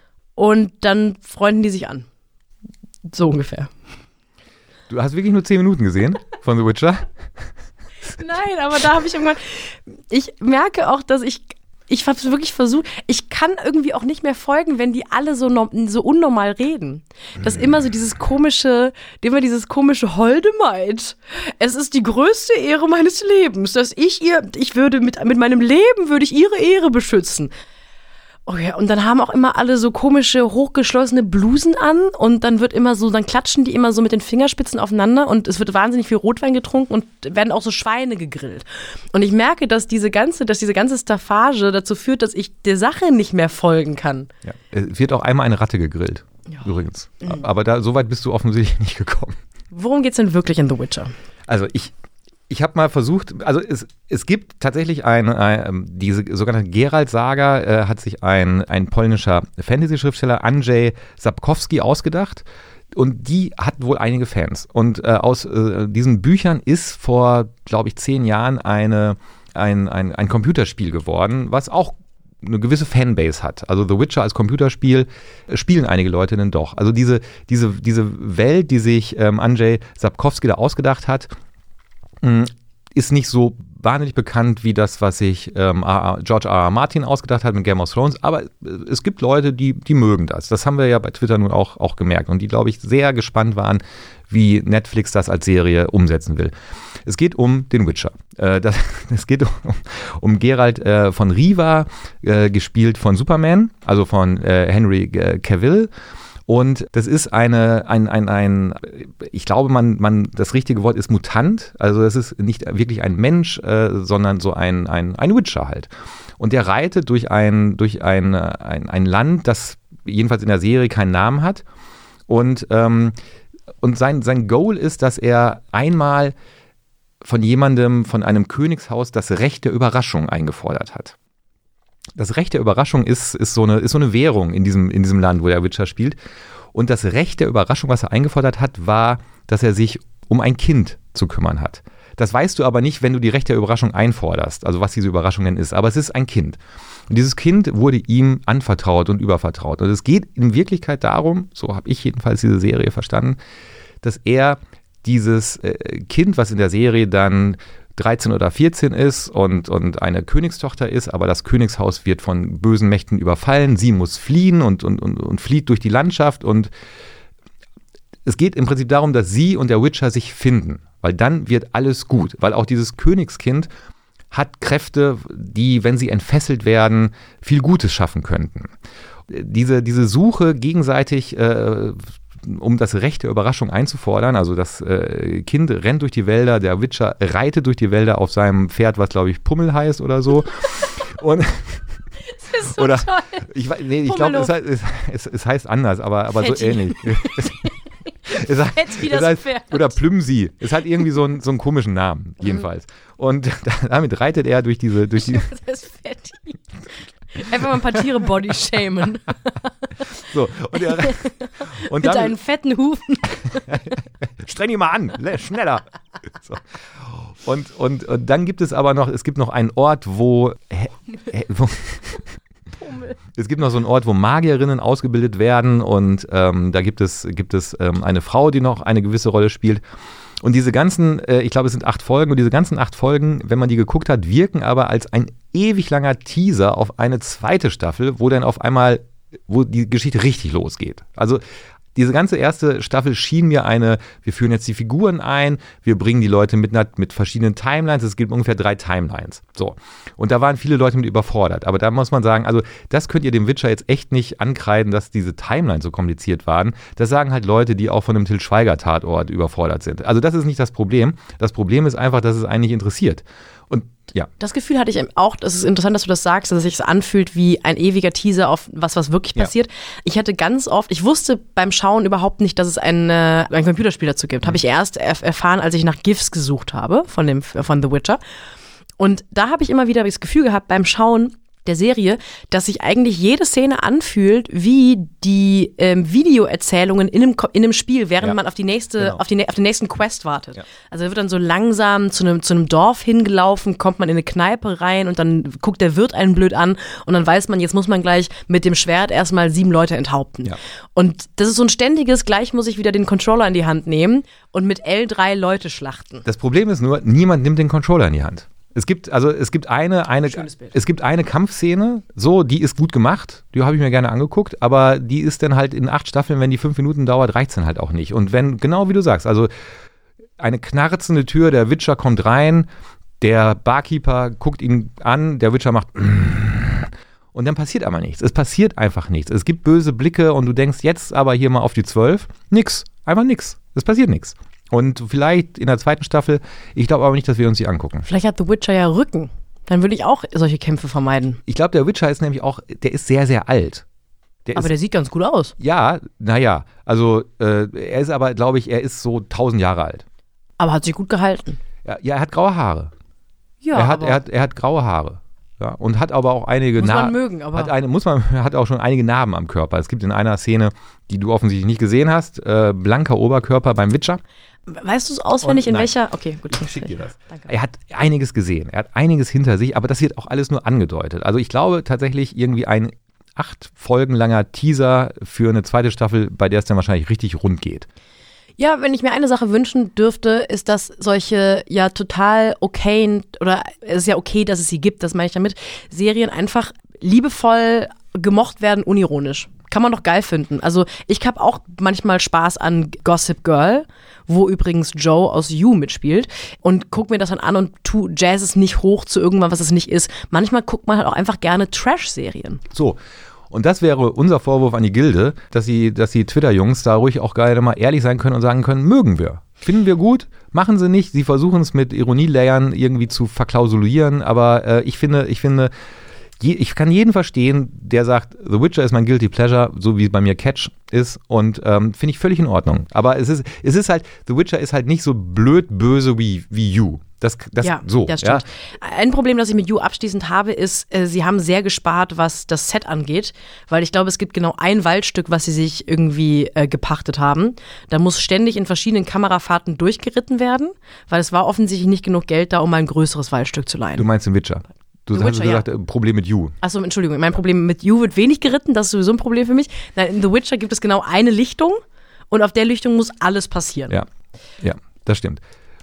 Speaker 1: und dann freunden die sich an. So ungefähr.
Speaker 2: Du hast wirklich nur zehn Minuten gesehen von The Witcher?
Speaker 1: Nein, aber da habe ich irgendwann, ich merke auch, dass ich, ich habe es wirklich versucht, ich kann irgendwie auch nicht mehr folgen, wenn die alle so, so unnormal reden. Das ist immer so dieses komische, immer dieses komische Holdemaid. Es ist die größte Ehre meines Lebens, dass ich ihr, ich würde mit, mit meinem Leben würde ich ihre Ehre beschützen. Okay, und dann haben auch immer alle so komische, hochgeschlossene Blusen an und dann wird immer so, dann klatschen die immer so mit den Fingerspitzen aufeinander und es wird wahnsinnig viel Rotwein getrunken und werden auch so Schweine gegrillt. Und ich merke, dass diese ganze, dass diese ganze Staffage dazu führt, dass ich der Sache nicht mehr folgen kann.
Speaker 2: Ja, es wird auch einmal eine Ratte gegrillt, ja. Übrigens. Mhm. Aber da, so weit bist du offensichtlich nicht gekommen.
Speaker 1: Worum geht's denn wirklich in The Witcher?
Speaker 2: Also ich Ich habe mal versucht, also es, es gibt tatsächlich eine, eine diese sogenannte Geralt-Saga, äh, hat sich ein, ein polnischer Fantasy-Schriftsteller Andrzej Sapkowski ausgedacht und die hat wohl einige Fans. Und äh, aus äh, diesen Büchern ist vor, glaube ich, zehn Jahren eine, ein, ein, ein Computerspiel geworden, was auch eine gewisse Fanbase hat. Also The Witcher als Computerspiel äh, spielen einige Leute denn doch. Also diese, diese, diese Welt, die sich ähm, Andrzej Sapkowski da ausgedacht hat, mh, ist nicht so wahnsinnig bekannt wie das, was sich ähm, George R. R. Martin ausgedacht hat mit Game of Thrones, aber es gibt Leute, die, die mögen das. Das haben wir ja bei Twitter nun auch, auch gemerkt und die, glaube ich, sehr gespannt waren, wie Netflix das als Serie umsetzen will. Es geht um den Witcher. Äh, das, es geht um, um Geralt äh, von Riva, äh, gespielt von Superman, also von äh, Henry äh, Cavill. Und das ist eine, ein, ein, ein ich glaube, man, man, das richtige Wort ist Mutant. Also das ist nicht wirklich ein Mensch, äh, sondern so ein, ein, ein Witcher halt. Und der reitet durch ein, durch ein, ein, ein Land, das jedenfalls in der Serie keinen Namen hat. Und, ähm, und sein, sein Goal ist, dass er einmal von jemandem, von einem Königshaus, das Recht der Überraschung eingefordert hat. Das Recht der Überraschung ist, ist, so eine, ist so eine Währung in diesem, in diesem Land, wo der Witcher spielt. Und das Recht der Überraschung, was er eingefordert hat, war, dass er sich um ein Kind zu kümmern hat. Das weißt du aber nicht, wenn du die Recht der Überraschung einforderst, also was diese Überraschung denn ist. Aber es ist ein Kind. Und dieses Kind wurde ihm anvertraut und übervertraut. Und es geht in Wirklichkeit darum, so habe ich jedenfalls diese Serie verstanden, dass er dieses äh, Kind, was in der Serie dann dreizehn oder vierzehn ist und, und eine Königstochter ist, aber das Königshaus wird von bösen Mächten überfallen, sie muss fliehen und, und, und, und flieht durch die Landschaft und es geht im Prinzip darum, dass sie und der Witcher sich finden, weil dann wird alles gut, weil auch dieses Königskind hat Kräfte, die, wenn sie entfesselt werden, viel Gutes schaffen könnten. Diese, diese Suche gegenseitig äh, um das Recht der Überraschung einzufordern. Also das äh, Kind rennt durch die Wälder, der Witcher reitet durch die Wälder auf seinem Pferd, was glaube ich Pummel heißt oder so. Und
Speaker 1: das ist so
Speaker 2: oder,
Speaker 1: toll.
Speaker 2: Ich, nee, ich glaube, es, es, es, es heißt anders, aber, aber so ähnlich. Es heißt,
Speaker 1: Fetti,
Speaker 2: es heißt, oder Plümsi. Es hat irgendwie so einen, so einen komischen Namen, jedenfalls. Und damit reitet er durch diese... Durch die
Speaker 1: das ist Fetti. Einfach mal ein paar Tiere bodyshamen.
Speaker 2: So, und, er, und
Speaker 1: Mit
Speaker 2: dann,
Speaker 1: deinen fetten Hufen.
Speaker 2: Streng ihn mal an, schneller. So. Und, und, und dann gibt es aber noch, es gibt noch einen Ort, wo, wo es gibt noch so einen Ort, wo Magierinnen ausgebildet werden und ähm, da gibt es, gibt es ähm, eine Frau, die noch eine gewisse Rolle spielt. Und diese ganzen, äh, ich glaube, es sind acht Folgen und diese ganzen acht Folgen, wenn man die geguckt hat, wirken aber als ein ewig langer Teaser auf eine zweite Staffel, wo dann auf einmal, wo die Geschichte richtig losgeht. Also diese ganze erste Staffel schien mir eine, wir führen jetzt die Figuren ein, wir bringen die Leute mit, mit verschiedenen Timelines, es gibt ungefähr drei Timelines. So. Und da waren viele Leute mit überfordert. Aber da muss man sagen, also das könnt ihr dem Witcher jetzt echt nicht ankreiden, dass diese Timelines so kompliziert waren. Das sagen halt Leute, die auch von einem Til Schweiger-Tatort überfordert sind. Also das ist nicht das Problem. Das Problem ist einfach, dass es einen nicht interessiert. Und ja.
Speaker 1: Das Gefühl hatte ich auch, das ist interessant, dass du das sagst, dass es sich so anfühlt wie ein ewiger Teaser auf was, was wirklich passiert. Ja. Ich hatte ganz oft, ich wusste beim Schauen überhaupt nicht, dass es ein, äh, ein Computerspiel dazu gibt. Mhm. Habe ich erst erf- erfahren, als ich nach GIFs gesucht habe von, dem, von The Witcher. Und da habe ich immer wieder das Gefühl gehabt beim Schauen der Serie, dass sich eigentlich jede Szene anfühlt wie die ähm, Videoerzählungen in einem, in einem Spiel, während ja. man auf die nächste, genau. auf, die, auf den nächsten Quest wartet. Ja. Also er wird dann so langsam zu einem, zu einem Dorf hingelaufen, kommt man in eine Kneipe rein und dann guckt der Wirt einen blöd an und dann weiß man, jetzt muss man gleich mit dem Schwert erstmal sieben Leute enthaupten. Ja. Und das ist so ein ständiges, gleich muss ich wieder den Controller in die Hand nehmen und mit L drei Leute schlachten.
Speaker 2: Das Problem ist nur, niemand nimmt den Controller in die Hand. Es gibt, also es gibt eine, eine, es gibt eine Kampfszene, so, die ist gut gemacht, die habe ich mir gerne angeguckt, aber die ist dann halt in acht Staffeln, wenn die fünf Minuten dauert, reicht es dann halt auch nicht. Und wenn, genau wie du sagst, also eine knarzende Tür, der Witcher kommt rein, der Barkeeper guckt ihn an, der Witcher macht und dann passiert aber nichts. Es passiert einfach nichts. Es gibt böse Blicke und du denkst jetzt aber hier mal auf die zwölf, nix, einfach nix. Es passiert nichts. Und vielleicht in der zweiten Staffel, ich glaube aber nicht, dass wir uns die angucken.
Speaker 1: Vielleicht hat The Witcher ja Rücken. Dann würde ich auch solche Kämpfe vermeiden.
Speaker 2: Ich glaube, der Witcher ist nämlich auch, der ist sehr, sehr alt. Der
Speaker 1: aber
Speaker 2: ist,
Speaker 1: der sieht ganz gut aus.
Speaker 2: Ja, naja, also äh, er ist aber, glaube ich, er ist so tausend Jahre alt.
Speaker 1: Aber hat sich gut gehalten.
Speaker 2: Ja, ja er hat graue Haare.
Speaker 1: Ja,
Speaker 2: er hat,
Speaker 1: aber
Speaker 2: er hat, er hat graue Haare. Ja, und hat aber auch einige
Speaker 1: Narben. Muss
Speaker 2: Na-
Speaker 1: man mögen, aber.
Speaker 2: Hat eine, muss man, hat auch schon einige Narben am Körper. Es gibt in einer Szene, die du offensichtlich nicht gesehen hast, äh, blanker Oberkörper beim Witcher.
Speaker 1: Weißt du es auswendig,
Speaker 2: Und
Speaker 1: in
Speaker 2: nein.
Speaker 1: welcher? Okay, gut.
Speaker 2: Ich schicke dir das.
Speaker 1: Danke.
Speaker 2: Er hat einiges gesehen, er hat einiges hinter sich, aber das wird auch alles nur angedeutet. Also ich glaube tatsächlich irgendwie ein acht Folgen langer Teaser für eine zweite Staffel, bei der es dann wahrscheinlich richtig rund geht.
Speaker 1: Ja, wenn ich mir eine Sache wünschen dürfte, ist, dass solche ja total okayen, oder es ist ja okay, dass es sie gibt, das meine ich damit, Serien einfach liebevoll gemocht werden, unironisch. Kann man doch geil finden. Also ich habe auch manchmal Spaß an Gossip Girl, wo übrigens Joe aus You mitspielt, und guck mir das dann an und tu Jazz es nicht hoch zu irgendwas, was es nicht ist. Manchmal guckt man halt auch einfach gerne Trash-Serien.
Speaker 2: So. Und das wäre unser Vorwurf an die Gilde, dass sie, dass die Twitter-Jungs da ruhig auch gerne mal ehrlich sein können und sagen können, mögen wir. Finden wir gut, machen sie nicht. Sie versuchen es mit Ironielayern irgendwie zu verklausulieren, aber äh, ich finde, ich finde, je, ich kann jeden verstehen, der sagt, The Witcher ist mein Guilty Pleasure, so wie bei mir Catch ist, und ähm, finde ich völlig in Ordnung. Aber es ist, es ist halt, The Witcher ist halt nicht so blöd böse wie, wie You. Das, das,
Speaker 1: ja,
Speaker 2: so,
Speaker 1: das stimmt.
Speaker 2: Ja.
Speaker 1: Ein Problem, das ich mit You abschließend habe, ist, äh, sie haben sehr gespart, was das Set angeht, weil ich glaube, es gibt genau ein Waldstück, was sie sich irgendwie äh, gepachtet haben. Da muss ständig in verschiedenen Kamerafahrten durchgeritten werden, weil es war offensichtlich nicht genug Geld da, um mal ein größeres Waldstück zu leihen.
Speaker 2: Du meinst den Witcher. Du
Speaker 1: The
Speaker 2: hast
Speaker 1: Witcher,
Speaker 2: gesagt,
Speaker 1: ja.
Speaker 2: Problem mit You.
Speaker 1: Achso, Entschuldigung, mein Problem mit You wird wenig geritten, das ist sowieso ein Problem für mich. Nein, in The Witcher gibt es genau eine Lichtung und auf der Lichtung muss alles passieren.
Speaker 2: Ja, ja, das stimmt.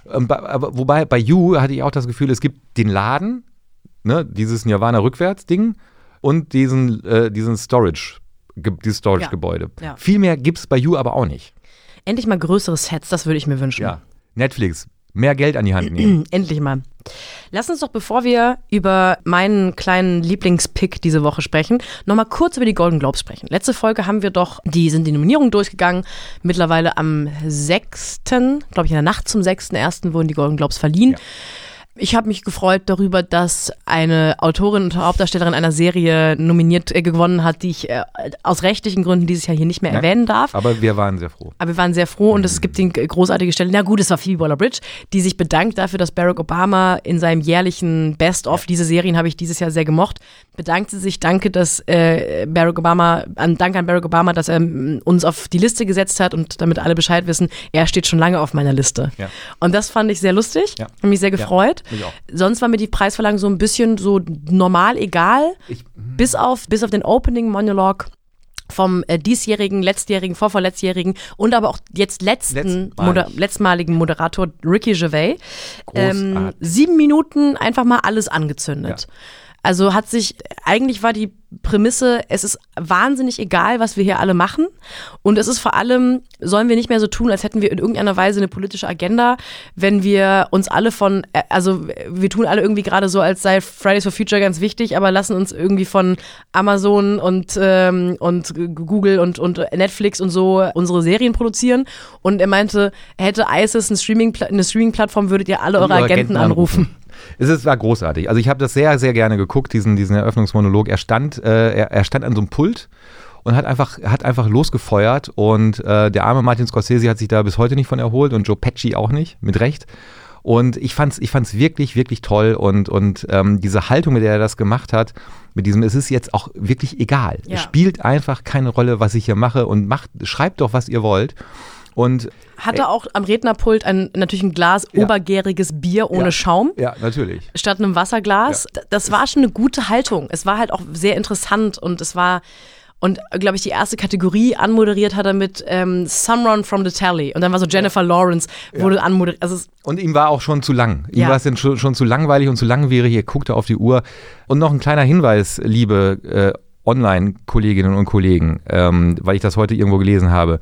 Speaker 2: Aber wobei bei You hatte ich auch das Gefühl, es gibt den Laden, ne, dieses Nirvana-Rückwärts-Ding und diesen, äh, diesen Storage, ge- dieses Storage-Gebäude.
Speaker 1: Ja, ja.
Speaker 2: Viel mehr gibt es bei You aber auch nicht.
Speaker 1: Endlich mal größere Sets, das würde ich mir wünschen.
Speaker 2: Ja, Netflix, mehr Geld an die Hand nehmen.
Speaker 1: Endlich mal. Lass uns doch, bevor wir über meinen kleinen Lieblingspick diese Woche sprechen, nochmal kurz über die Golden Globes sprechen. Letzte Folge haben wir doch, die sind die Nominierungen durchgegangen. Mittlerweile am sechsten, glaube ich in der Nacht zum sechsten ersten wurden die Golden Globes verliehen.
Speaker 2: Ja.
Speaker 1: Ich habe mich gefreut darüber, dass eine Autorin und Hauptdarstellerin einer Serie nominiert äh, gewonnen hat, die ich äh, aus rechtlichen Gründen dieses Jahr hier nicht mehr
Speaker 2: Ja,
Speaker 1: erwähnen darf.
Speaker 2: Aber wir waren sehr froh.
Speaker 1: Aber wir waren sehr froh, und es gibt die großartige Stelle, na gut, es war Phoebe Waller-Bridge, die sich bedankt dafür, dass Barack Obama in seinem jährlichen Best-of, diese Serien habe ich dieses Jahr sehr gemocht, bedankt sie sich, danke, dass äh, Barack Obama, an, danke an Barack Obama, dass er m, uns auf die Liste gesetzt hat, und damit alle Bescheid wissen, er steht schon lange auf meiner Liste.
Speaker 2: Ja.
Speaker 1: Und das fand ich sehr lustig,
Speaker 2: Ja.
Speaker 1: habe mich sehr gefreut.
Speaker 2: Ja, mich auch.
Speaker 1: Sonst war mir die Preisverleihung so ein bisschen so normal egal,
Speaker 2: Ich,
Speaker 1: bis auf, bis auf den Opening-Monolog vom äh, diesjährigen, letztjährigen, vorvorletztjährigen und aber auch jetzt letzten
Speaker 2: Letztmalig.
Speaker 1: Moder- letztmaligen Moderator Ricky Gervais. Ähm,
Speaker 2: Großartig.
Speaker 1: sieben Minuten einfach mal alles angezündet.
Speaker 2: Ja.
Speaker 1: Also hat sich, eigentlich war die Prämisse, es ist wahnsinnig egal, was wir hier alle machen, und es ist vor allem, sollen wir nicht mehr so tun, als hätten wir in irgendeiner Weise eine politische Agenda, wenn wir uns alle von, also wir tun alle irgendwie gerade so, als sei Fridays for Future ganz wichtig, aber lassen uns irgendwie von Amazon und, ähm, und Google und, und Netflix und so unsere Serien produzieren, und er meinte, hätte ISIS eine Streaming, eine Streaming-Plattform, würdet ihr alle eure Agenten, Agenten anrufen.
Speaker 2: Es ist, war großartig. Also ich habe das sehr, sehr gerne geguckt, diesen, diesen Eröffnungsmonolog. Er stand, äh, er, er stand an so einem Pult und hat einfach, hat einfach losgefeuert, und äh, der arme Martin Scorsese hat sich da bis heute nicht von erholt, und Joe Pesci auch nicht, mit Recht. Und ich fand's, ich fand's wirklich, wirklich toll, und, und ähm, diese Haltung, mit der er das gemacht hat, mit diesem, es ist jetzt auch wirklich egal.
Speaker 1: Ja.
Speaker 2: Es spielt einfach keine Rolle, was ich hier mache, und macht, schreibt doch, was ihr wollt. Und
Speaker 1: hatte auch am Rednerpult ein, natürlich ein Glas
Speaker 2: Ja.
Speaker 1: obergäriges Bier ohne
Speaker 2: Ja.
Speaker 1: Schaum.
Speaker 2: Ja, natürlich.
Speaker 1: Statt einem Wasserglas.
Speaker 2: Ja.
Speaker 1: Das war schon eine gute Haltung. Es war halt auch sehr interessant, und es war, und glaube ich, die erste Kategorie anmoderiert hat er mit ähm, Someone from the Tally. Und dann war so Jennifer Lawrence, wurde
Speaker 2: Ja.
Speaker 1: anmoderiert. Also es,
Speaker 2: Und ihm war auch schon zu lang. Ihm
Speaker 1: Ja.
Speaker 2: war es dann schon, schon zu langweilig und zu langwierig. Er guckte auf die Uhr. Und noch ein kleiner Hinweis, liebe äh, Online-Kolleginnen und Kollegen, ähm, weil ich das heute irgendwo gelesen habe.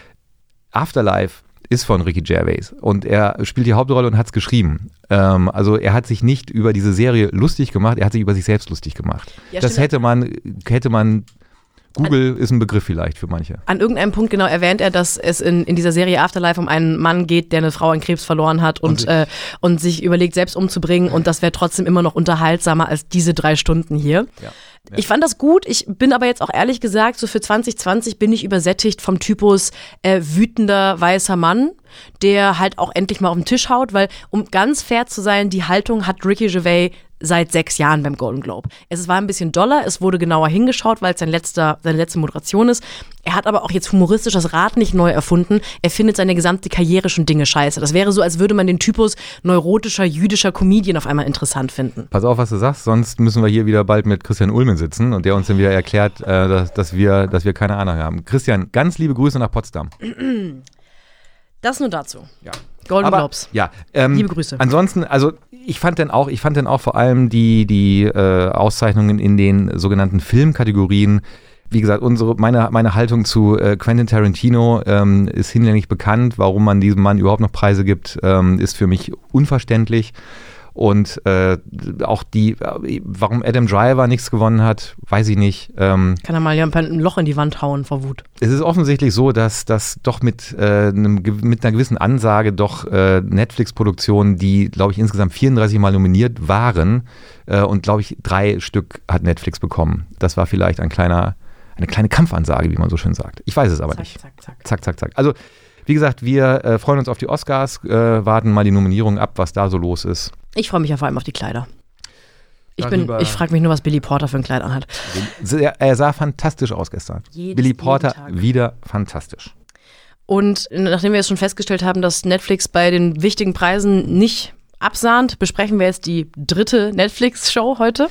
Speaker 2: Afterlife ist von Ricky Gervais, und er spielt die Hauptrolle und hat es geschrieben. Ähm, also er hat sich nicht über diese Serie lustig gemacht, er hat sich über sich selbst lustig gemacht.
Speaker 1: Ja,
Speaker 2: das
Speaker 1: stimmt.
Speaker 2: hätte man, hätte man, Google ist ein Begriff vielleicht für manche.
Speaker 1: an irgendeinem Punkt genau erwähnt er, dass es in, in dieser Serie Afterlife um einen Mann geht, der eine Frau an Krebs verloren hat und,
Speaker 2: Und sich-
Speaker 1: äh, und sich überlegt, selbst umzubringen. Und das wäre trotzdem immer noch unterhaltsamer als diese drei Stunden hier.
Speaker 2: Ja. Ja.
Speaker 1: Ich fand das gut. Ich bin aber jetzt auch ehrlich gesagt, so für zwanzig zwanzig bin ich übersättigt vom Typus äh, wütender weißer Mann, der halt auch endlich mal auf den Tisch haut, weil, um ganz fair zu sein, die Haltung hat Ricky Gervais seit sechs Jahren beim Golden Globe. Es war ein bisschen doller, es wurde genauer hingeschaut, weil es sein letzter, seine letzte Moderation ist. Er hat aber auch jetzt humoristisch das Rad nicht neu erfunden. Er findet seine gesamte Karriere schon Dinge scheiße. Das wäre so, als würde man den Typus neurotischer, jüdischer Comedian auf einmal interessant finden.
Speaker 2: Pass auf, was du sagst, sonst müssen wir hier wieder bald mit Christian Ulmen sitzen und der uns dann wieder erklärt, äh, dass, dass, wir, dass wir keine Ahnung haben. Christian, ganz liebe Grüße nach Potsdam.
Speaker 1: Das nur dazu.
Speaker 2: Ja.
Speaker 1: Golden
Speaker 2: Aber,
Speaker 1: Globes.
Speaker 2: Ja, ähm,
Speaker 1: liebe Grüße.
Speaker 2: Ansonsten, also ich fand dann auch, ich fand dann auch vor allem die, die äh, Auszeichnungen in den sogenannten Filmkategorien. Wie gesagt, unsere, meine, meine Haltung zu äh, Quentin Tarantino ähm, ist hinlänglich bekannt. Warum man diesem Mann überhaupt noch Preise gibt, ähm, ist für mich unverständlich. Und äh, auch die, äh, warum Adam Driver nichts gewonnen hat, weiß ich nicht. Ähm,
Speaker 1: Kann er mal ja ein Loch in die Wand hauen vor Wut.
Speaker 2: Es ist offensichtlich so, dass das doch mit, äh, einem, mit einer gewissen Ansage doch äh, Netflix-Produktionen, die, glaube ich, insgesamt vierunddreißig Mal nominiert waren äh, und, glaube ich, drei Stück hat Netflix bekommen. Das war vielleicht ein kleiner, eine kleine Kampfansage, wie man so schön sagt. Ich weiß es aber
Speaker 1: zack,
Speaker 2: nicht.
Speaker 1: Zack, zack,
Speaker 2: zack. Zack, zack, Also, wie gesagt, wir äh, freuen uns auf die Oscars, äh, warten mal die Nominierungen ab, was da so los ist.
Speaker 1: Ich freue mich ja vor allem auf die Kleider. Ich,
Speaker 2: Darüber-
Speaker 1: ich frage mich nur, was Billy Porter für ein Kleid anhat.
Speaker 2: Er, er sah fantastisch aus gestern.
Speaker 1: Jedes-
Speaker 2: Billy Porter
Speaker 1: jeden Tag.
Speaker 2: wieder fantastisch.
Speaker 1: Und nachdem wir jetzt schon festgestellt haben, dass Netflix bei den wichtigen Preisen nicht absahnt, besprechen wir jetzt die dritte Netflix-Show heute.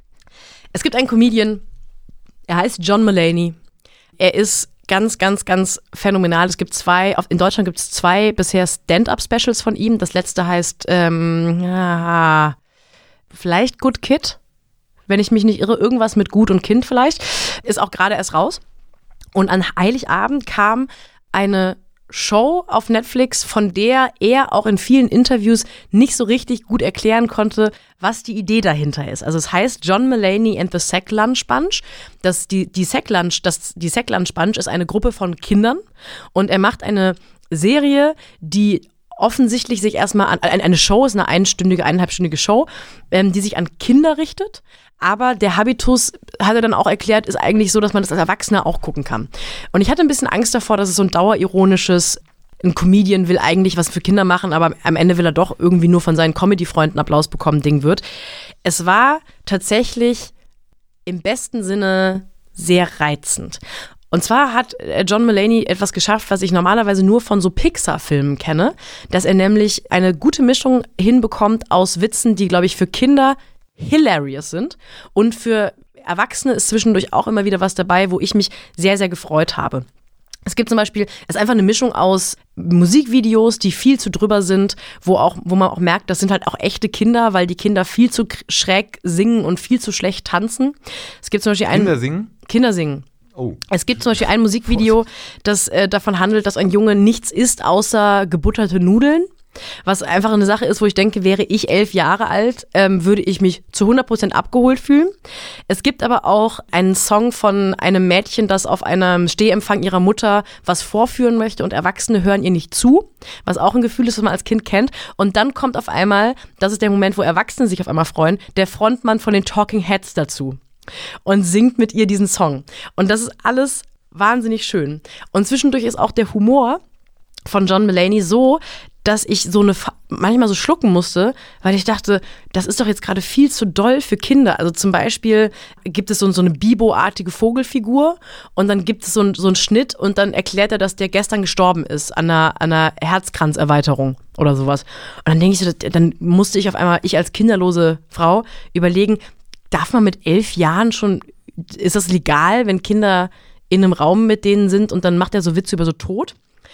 Speaker 1: Es gibt einen Comedian, er heißt John Mulaney. Er ist ganz, ganz, ganz phänomenal. Es gibt zwei, in Deutschland gibt es zwei bisher Stand-Up-Specials von ihm. Das letzte heißt, ähm, ja, vielleicht Good Kid, wenn ich mich nicht irre, irgendwas mit Gut und Kind vielleicht. Ist auch gerade erst raus. Und an Heiligabend kam eine Show auf Netflix, von der er auch in vielen Interviews nicht so richtig gut erklären konnte, was die Idee dahinter ist. Also es heißt John Mulaney and the Sack Lunch Bunch. Das, die, die Sack Lunch, das, die Sack Lunch Bunch ist eine Gruppe von Kindern und er macht eine Serie, die offensichtlich sich erstmal an, eine Show ist eine einstündige, eineinhalbstündige Show, ähm, die sich an Kinder richtet. Aber der Habitus, hat er dann auch erklärt, ist eigentlich so, dass man das als Erwachsener auch gucken kann. Und ich hatte ein bisschen Angst davor, dass es so ein dauerironisches, ein Comedian will eigentlich was für Kinder machen, aber am Ende will er doch irgendwie nur von seinen Comedy-Freunden Applaus bekommen, Ding wird. Es war tatsächlich im besten Sinne sehr reizend. Und zwar hat John Mulaney etwas geschafft, was ich normalerweise nur von so Pixar-Filmen kenne, dass er nämlich eine gute Mischung hinbekommt aus Witzen, die, glaube ich, für Kinder hilarious sind und für Erwachsene ist zwischendurch auch immer wieder was dabei, wo ich mich sehr, sehr gefreut habe. Es gibt zum Beispiel, es ist einfach eine Mischung aus Musikvideos, die viel zu drüber sind, wo auch, wo man auch merkt, das sind halt auch echte Kinder, weil die Kinder viel zu schräg singen und viel zu schlecht tanzen. Es gibt zum Beispiel einen
Speaker 2: Kinder singen?
Speaker 1: Kinder singen.
Speaker 2: Oh.
Speaker 1: Es gibt zum Beispiel ein Musikvideo, das äh, davon handelt, dass ein Junge nichts isst außer gebutterte Nudeln. Was einfach eine Sache ist, wo ich denke, wäre ich elf Jahre alt, ähm, würde ich mich zu hundert Prozent abgeholt fühlen. Es gibt aber auch einen Song von einem Mädchen, das auf einem Stehempfang ihrer Mutter was vorführen möchte und Erwachsene hören ihr nicht zu, was auch ein Gefühl ist, was man als Kind kennt. Und dann kommt auf einmal, das ist der Moment, wo Erwachsene sich auf einmal freuen, der Frontmann von den Talking Heads dazu und singt mit ihr diesen Song. Und das ist alles wahnsinnig schön. Und zwischendurch ist auch der Humor von John Mulaney so, dass ich so eine manchmal so schlucken musste, weil ich dachte, das ist doch jetzt gerade viel zu doll für Kinder. Also zum Beispiel gibt es so, so eine Bibo-artige Vogelfigur und dann gibt es so, ein, so einen Schnitt und dann erklärt er, dass der gestern gestorben ist an einer, an einer Herzkranzerweiterung oder sowas. Und dann denke ich so, dann musste ich auf einmal, ich als kinderlose Frau, überlegen, darf man mit elf Jahren schon, ist das legal, wenn Kinder in einem Raum mit denen sind und dann macht er so Witze über so Tod?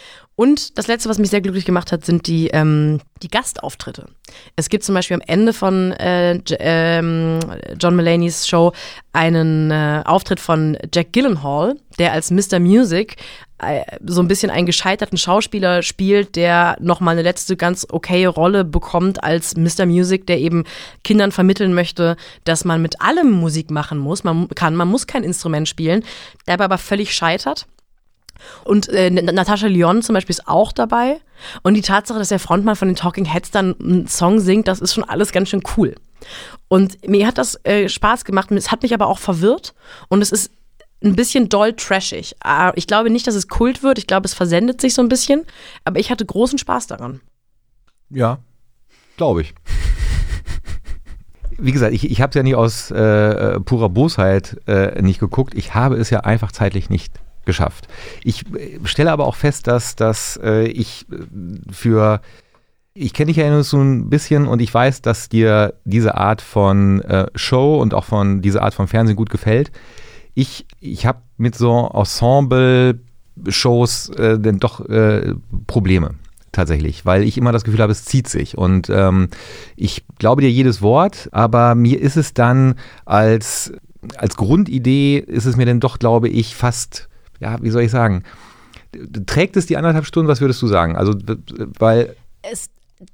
Speaker 1: Und das Letzte, was mich sehr glücklich gemacht hat, sind die, ähm, die Gastauftritte. Es gibt zum Beispiel am Ende von äh, J- ähm, John Mulaney's Show einen äh, Auftritt von Jack Gyllenhaal, der als Mister Music äh, so ein bisschen einen gescheiterten Schauspieler spielt, der nochmal eine letzte ganz okaye Rolle bekommt als Mister Music, der eben Kindern vermitteln möchte, dass man mit allem Musik machen muss. Man kann, man muss kein Instrument spielen, dabei aber völlig scheitert. Und äh, Natascha Lyonne zum Beispiel ist auch dabei. Und die Tatsache, dass der Frontmann von den Talking Heads dann einen Song singt, das ist schon alles ganz schön cool. Und mir hat das äh, Spaß gemacht. Es hat mich aber auch verwirrt. Und es ist ein bisschen doll trashig. Ich glaube nicht, dass es Kult wird. Ich glaube, es versendet sich so ein bisschen. Aber ich hatte großen Spaß daran.
Speaker 2: Ja, glaube ich. Wie gesagt, ich, ich habe es ja nicht aus äh, purer Bosheit äh, nicht geguckt. Ich habe es ja einfach zeitlich nicht geschafft. Ich stelle aber auch fest, dass, dass äh, ich für, ich kenne dich ja nur so ein bisschen und ich weiß, dass dir diese Art von äh, Show und auch von diese Art von Fernsehen gut gefällt. Ich, ich habe mit so Ensemble-Shows äh, denn doch äh, Probleme. Tatsächlich, weil ich immer das Gefühl habe, es zieht sich und ähm, ich glaube dir jedes Wort, aber mir ist es dann als, als Grundidee, ist es mir dann doch, glaube ich, fast, ja, wie soll ich sagen, trägt es die anderthalb Stunden, was würdest du sagen? Also, weil...
Speaker 1: Es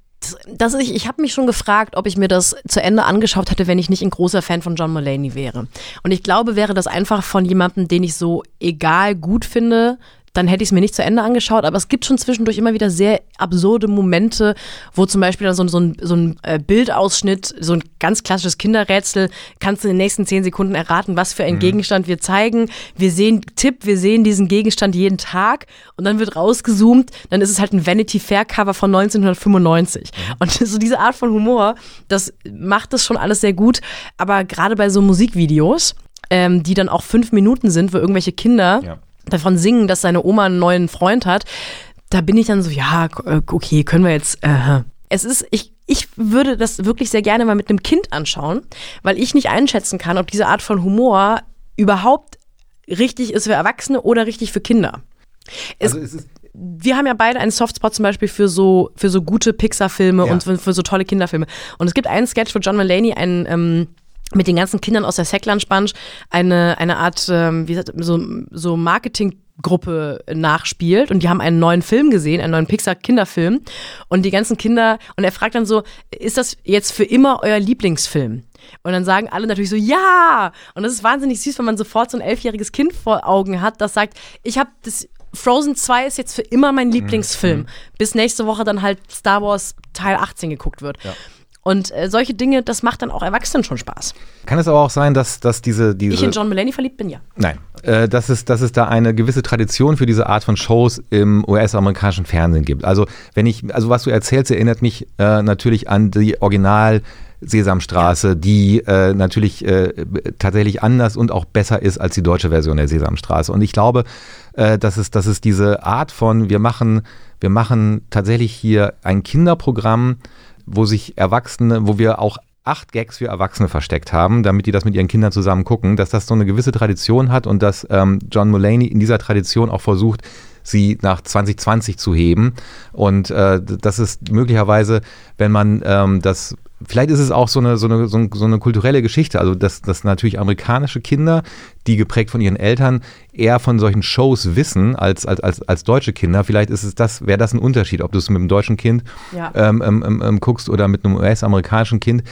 Speaker 1: Das ich ich habe mich schon gefragt, ob ich mir das zu Ende angeschaut hätte, wenn ich nicht ein großer Fan von John Mulaney wäre. Und ich glaube, wäre das einfach von jemandem, den ich so egal gut finde, dann hätte ich es mir nicht zu Ende angeschaut, aber es gibt schon zwischendurch immer wieder sehr absurde Momente, wo zum Beispiel dann so, so ein, so ein Bildausschnitt, so ein ganz klassisches Kinderrätsel, kannst du in den nächsten zehn Sekunden erraten, was für einen mhm. Gegenstand wir zeigen. Wir sehen, Tipp, wir sehen diesen Gegenstand jeden Tag und dann wird rausgezoomt, dann ist es halt ein Vanity Fair Cover von neunzehnhundertfünfundneunzig. Mhm. Und so diese Art von Humor, das macht das schon alles sehr gut, aber gerade bei so Musikvideos, ähm, die dann auch fünf Minuten sind, wo irgendwelche Kinder ja. davon singen, dass seine Oma einen neuen Freund hat, da bin ich dann so, ja, okay, können wir jetzt, äh, es ist, ich, ich würde das wirklich sehr gerne mal mit einem Kind anschauen, weil ich nicht einschätzen kann, ob diese Art von Humor überhaupt richtig ist für Erwachsene oder richtig für Kinder. Es, also es ist wir haben ja beide einen Softspot zum Beispiel für so, für so gute Pixar-Filme ja. und für, für so tolle Kinderfilme. Und es gibt einen Sketch, wo John Mulaney einen, ähm, mit den ganzen Kindern aus der Sacklands Bunch eine, eine Art, ähm, wie gesagt, so, so Marketinggruppe nachspielt und die haben einen neuen Film gesehen, einen neuen Pixar-Kinderfilm und die ganzen Kinder, und er fragt dann so, ist das jetzt für immer euer Lieblingsfilm? Und dann sagen alle natürlich so, ja! Und das ist wahnsinnig süß, wenn man sofort so ein elfjähriges Kind vor Augen hat, das sagt, ich habe das, Frozen zwei ist jetzt für immer mein Lieblingsfilm, mhm. bis nächste Woche dann halt Star Wars Teil achtzehn geguckt wird. Ja. Und äh, solche Dinge, das macht dann auch Erwachsenen schon Spaß.
Speaker 2: Kann es aber auch sein, dass, dass diese, diese...
Speaker 1: Ich in John Mulaney verliebt bin, ja.
Speaker 2: Nein, äh, dass, es, dass es da eine gewisse Tradition für diese Art von Shows im U S-amerikanischen Fernsehen gibt. Also wenn ich, also was du erzählst, erinnert mich äh, natürlich an die Original- Sesamstraße, ja. die äh, natürlich äh, tatsächlich anders und auch besser ist als die deutsche Version der Sesamstraße. Und ich glaube, äh, dass, es, dass es diese Art von, wir machen, wir machen tatsächlich hier ein Kinderprogramm, wo sich Erwachsene, wo wir auch acht Gags für Erwachsene versteckt haben, damit die das mit ihren Kindern zusammen gucken, dass das so eine gewisse Tradition hat und dass ähm, John Mulaney in dieser Tradition auch versucht, sie nach zwanzig zwanzig zu heben. Und äh, das ist möglicherweise, wenn man ähm, das, vielleicht ist es auch so eine, so eine, so eine kulturelle Geschichte, also dass, dass natürlich amerikanische Kinder, die geprägt von ihren Eltern, eher von solchen Shows wissen als, als, als, als deutsche Kinder. Vielleicht ist es das, wäre das ein Unterschied, ob du es mit einem deutschen Kind ja. ähm, ähm, ähm, guckst oder mit einem U S-amerikanischen Kind,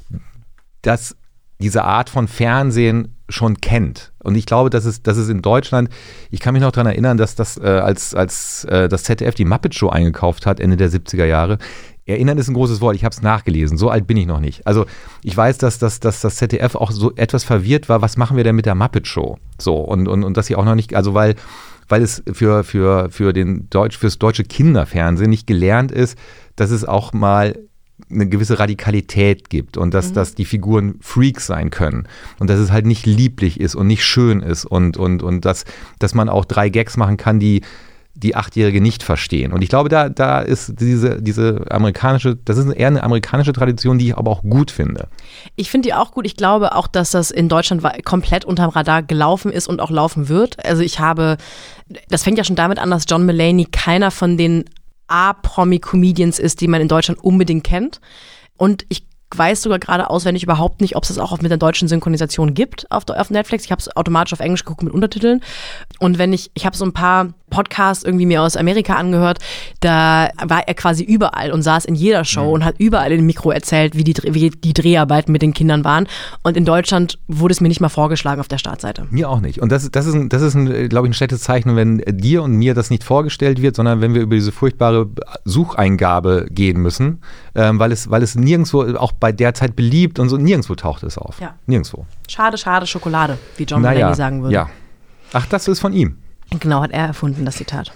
Speaker 2: dass diese Art von Fernsehen schon kennt. Und ich glaube, dass es, dass es in Deutschland, ich kann mich noch daran erinnern, dass das, äh, als, als äh, das Z D F die Muppet Show eingekauft hat, Ende der siebziger Jahre, erinnern ist ein großes Wort, ich habe es nachgelesen, so alt bin ich noch nicht. Also ich weiß, dass, dass, dass das Z D F auch so etwas verwirrt war, was machen wir denn mit der Muppet Show? So, und, und, und dass sie auch noch nicht, also weil, weil es für, für, für den Deutsch, fürs deutsche Kinderfernsehen nicht gelernt ist, dass es auch mal eine gewisse Radikalität gibt und dass, mhm. dass die Figuren Freaks sein können und dass es halt nicht lieblich ist und nicht schön ist und, und, und dass, dass man auch drei Gags machen kann, die die Achtjährige nicht verstehen. Und ich glaube, da, da ist diese, diese amerikanische, das ist eher eine amerikanische Tradition, die ich aber auch gut finde.
Speaker 1: Ich finde die auch gut. Ich glaube auch, dass das in Deutschland komplett unterm Radar gelaufen ist und auch laufen wird. Also ich habe, das fängt ja schon damit an, dass John Mulaney keiner von den A-Promi-Comedians ist, die man in Deutschland unbedingt kennt. Und ich weiß sogar gerade auswendig überhaupt nicht, ob es das auch mit der deutschen Synchronisation gibt auf, auf Netflix. Ich habe es automatisch auf Englisch geguckt mit Untertiteln. Und wenn ich, ich habe so ein paar Podcasts irgendwie mir aus Amerika angehört, da war er quasi überall und saß in jeder Show mhm. und hat überall im Mikro erzählt, wie die, wie die Dreharbeiten mit den Kindern waren. Und in Deutschland wurde es mir nicht mal vorgeschlagen auf der Startseite.
Speaker 2: Mir auch nicht. Und das, das ist, ein, das ist ein, glaube ich, ein schlechtes Zeichen, wenn dir und mir das nicht vorgestellt wird, sondern wenn wir über diese furchtbare Sucheingabe gehen müssen, ähm, weil es, weil es nirgendwo, auch bei der Zeit beliebt und so, nirgendwo taucht es auf.
Speaker 1: Ja.
Speaker 2: Nirgendwo.
Speaker 1: Schade, schade, Schokolade, wie John
Speaker 2: naja,
Speaker 1: Mulaney sagen würde.
Speaker 2: Ja. Ach, das ist von ihm.
Speaker 1: Genau, hat er erfunden, das Zitat.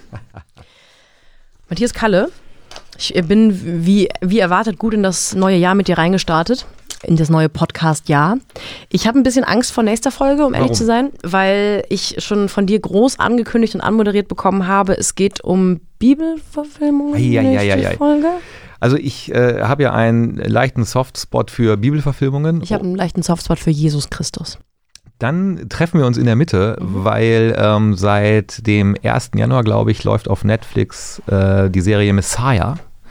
Speaker 1: Matthias Kalle, ich bin wie, wie erwartet gut in das neue Jahr mit dir reingestartet. in das neue Podcast-Jahr. Ich habe ein bisschen Angst vor nächster Folge, um ehrlich
Speaker 2: Warum?
Speaker 1: zu sein, weil ich schon von dir groß angekündigt und anmoderiert bekommen habe, es geht um Bibelverfilmungen
Speaker 2: Ei, ei,
Speaker 1: nächste
Speaker 2: ei, ei, ei.
Speaker 1: Folge.
Speaker 2: Also ich äh, habe ja einen leichten Softspot für Bibelverfilmungen.
Speaker 1: Ich habe einen leichten Softspot für Jesus Christus.
Speaker 2: Dann treffen wir uns in der Mitte,
Speaker 1: Mhm.
Speaker 2: weil ähm, seit dem ersten Januar, glaube ich, läuft auf Netflix äh, die Serie Messiah.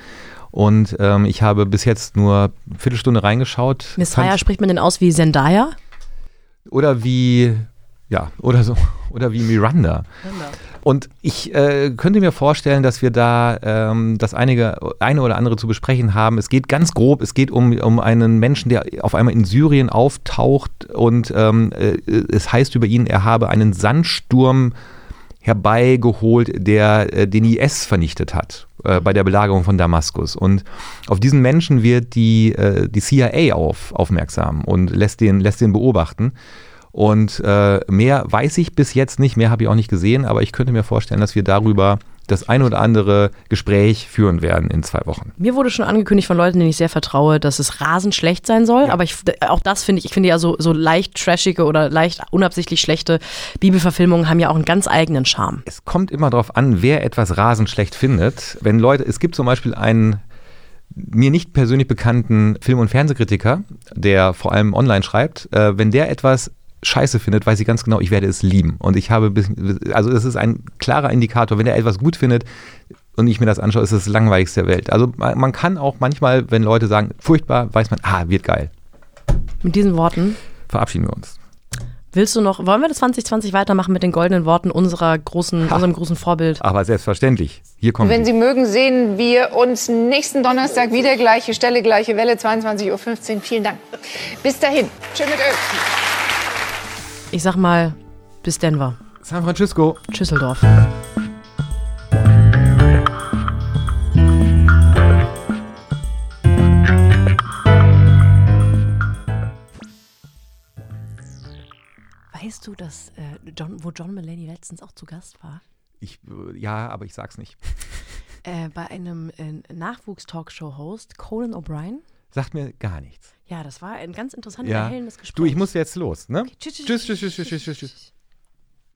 Speaker 2: Und ähm, ich habe bis jetzt nur eine Viertelstunde reingeschaut.
Speaker 1: Messiah
Speaker 2: Fand-
Speaker 1: spricht man denn aus wie Zendaya?
Speaker 2: Oder wie, ja, oder so, oder wie Miranda. Und ich äh, könnte mir vorstellen, dass wir da ähm, das einige, eine oder andere zu besprechen haben. Es geht ganz grob, es geht um, um einen Menschen, der auf einmal in Syrien auftaucht und ähm, äh, es heißt über ihn, er habe einen Sandsturm herbeigeholt, der äh, den I S vernichtet hat äh, bei der Belagerung von Damaskus. Und auf diesen Menschen wird die, äh, die C I A auf, aufmerksam und lässt den, lässt den beobachten. Und äh, mehr weiß ich bis jetzt nicht, mehr habe ich auch nicht gesehen, aber ich könnte mir vorstellen, dass wir darüber das ein oder andere Gespräch führen werden in zwei Wochen.
Speaker 1: Mir wurde schon angekündigt von Leuten, denen ich sehr vertraue, dass es rasend schlecht sein soll.
Speaker 2: Ja.
Speaker 1: Aber ich, auch das finde ich, ich finde ja so, so leicht trashige oder leicht unabsichtlich schlechte Bibelverfilmungen haben ja auch einen ganz eigenen Charme.
Speaker 2: Es kommt immer darauf an, wer etwas rasend schlecht findet. Wenn Leute, es gibt zum Beispiel einen mir nicht persönlich bekannten Film- und Fernsehkritiker, der vor allem online schreibt, äh, wenn der etwas Scheiße findet, weiß ich ganz genau, ich werde es lieben. Und ich habe, bis, also es ist ein klarer Indikator, wenn er etwas gut findet und ich mir das anschaue, ist es das langweiligste der Welt. Also man, man kann auch manchmal, wenn Leute sagen, furchtbar, weiß man, ah, wird geil.
Speaker 1: Mit diesen Worten
Speaker 2: Verabschieden wir uns.
Speaker 1: willst du noch, wollen wir das zwanzig zwanzig weitermachen mit den goldenen Worten unserer großen, unserem großen Vorbild?
Speaker 2: Aber selbstverständlich. Hier kommen
Speaker 3: Wenn
Speaker 2: sie.
Speaker 3: Sie mögen, sehen wir uns nächsten Donnerstag wieder. Gleiche Stelle, gleiche Welle, zweiundzwanzig Uhr fünfzehn. Vielen Dank. Bis dahin. Tschüss mit Öl.
Speaker 1: Ich sag mal, bis Denver.
Speaker 2: San Francisco.
Speaker 1: Schüsseldorf. Weißt du, dass äh, John, wo John Mulaney letztens auch zu Gast war?
Speaker 2: Ich, äh, ja, aber ich sag's nicht.
Speaker 1: Äh, bei einem äh, Nachwuchs-Talkshow-Host, Conan O'Brien.
Speaker 2: Sagt mir gar nichts.
Speaker 1: Ja, das war ein ganz interessantes,
Speaker 2: Ja.
Speaker 1: erhellendes Gespräch.
Speaker 2: Du, ich muss jetzt los, ne?
Speaker 1: Tschüss, tschüss,
Speaker 2: Tschüss, tschüss, tschüss, tschüss, tschüss, tschüss.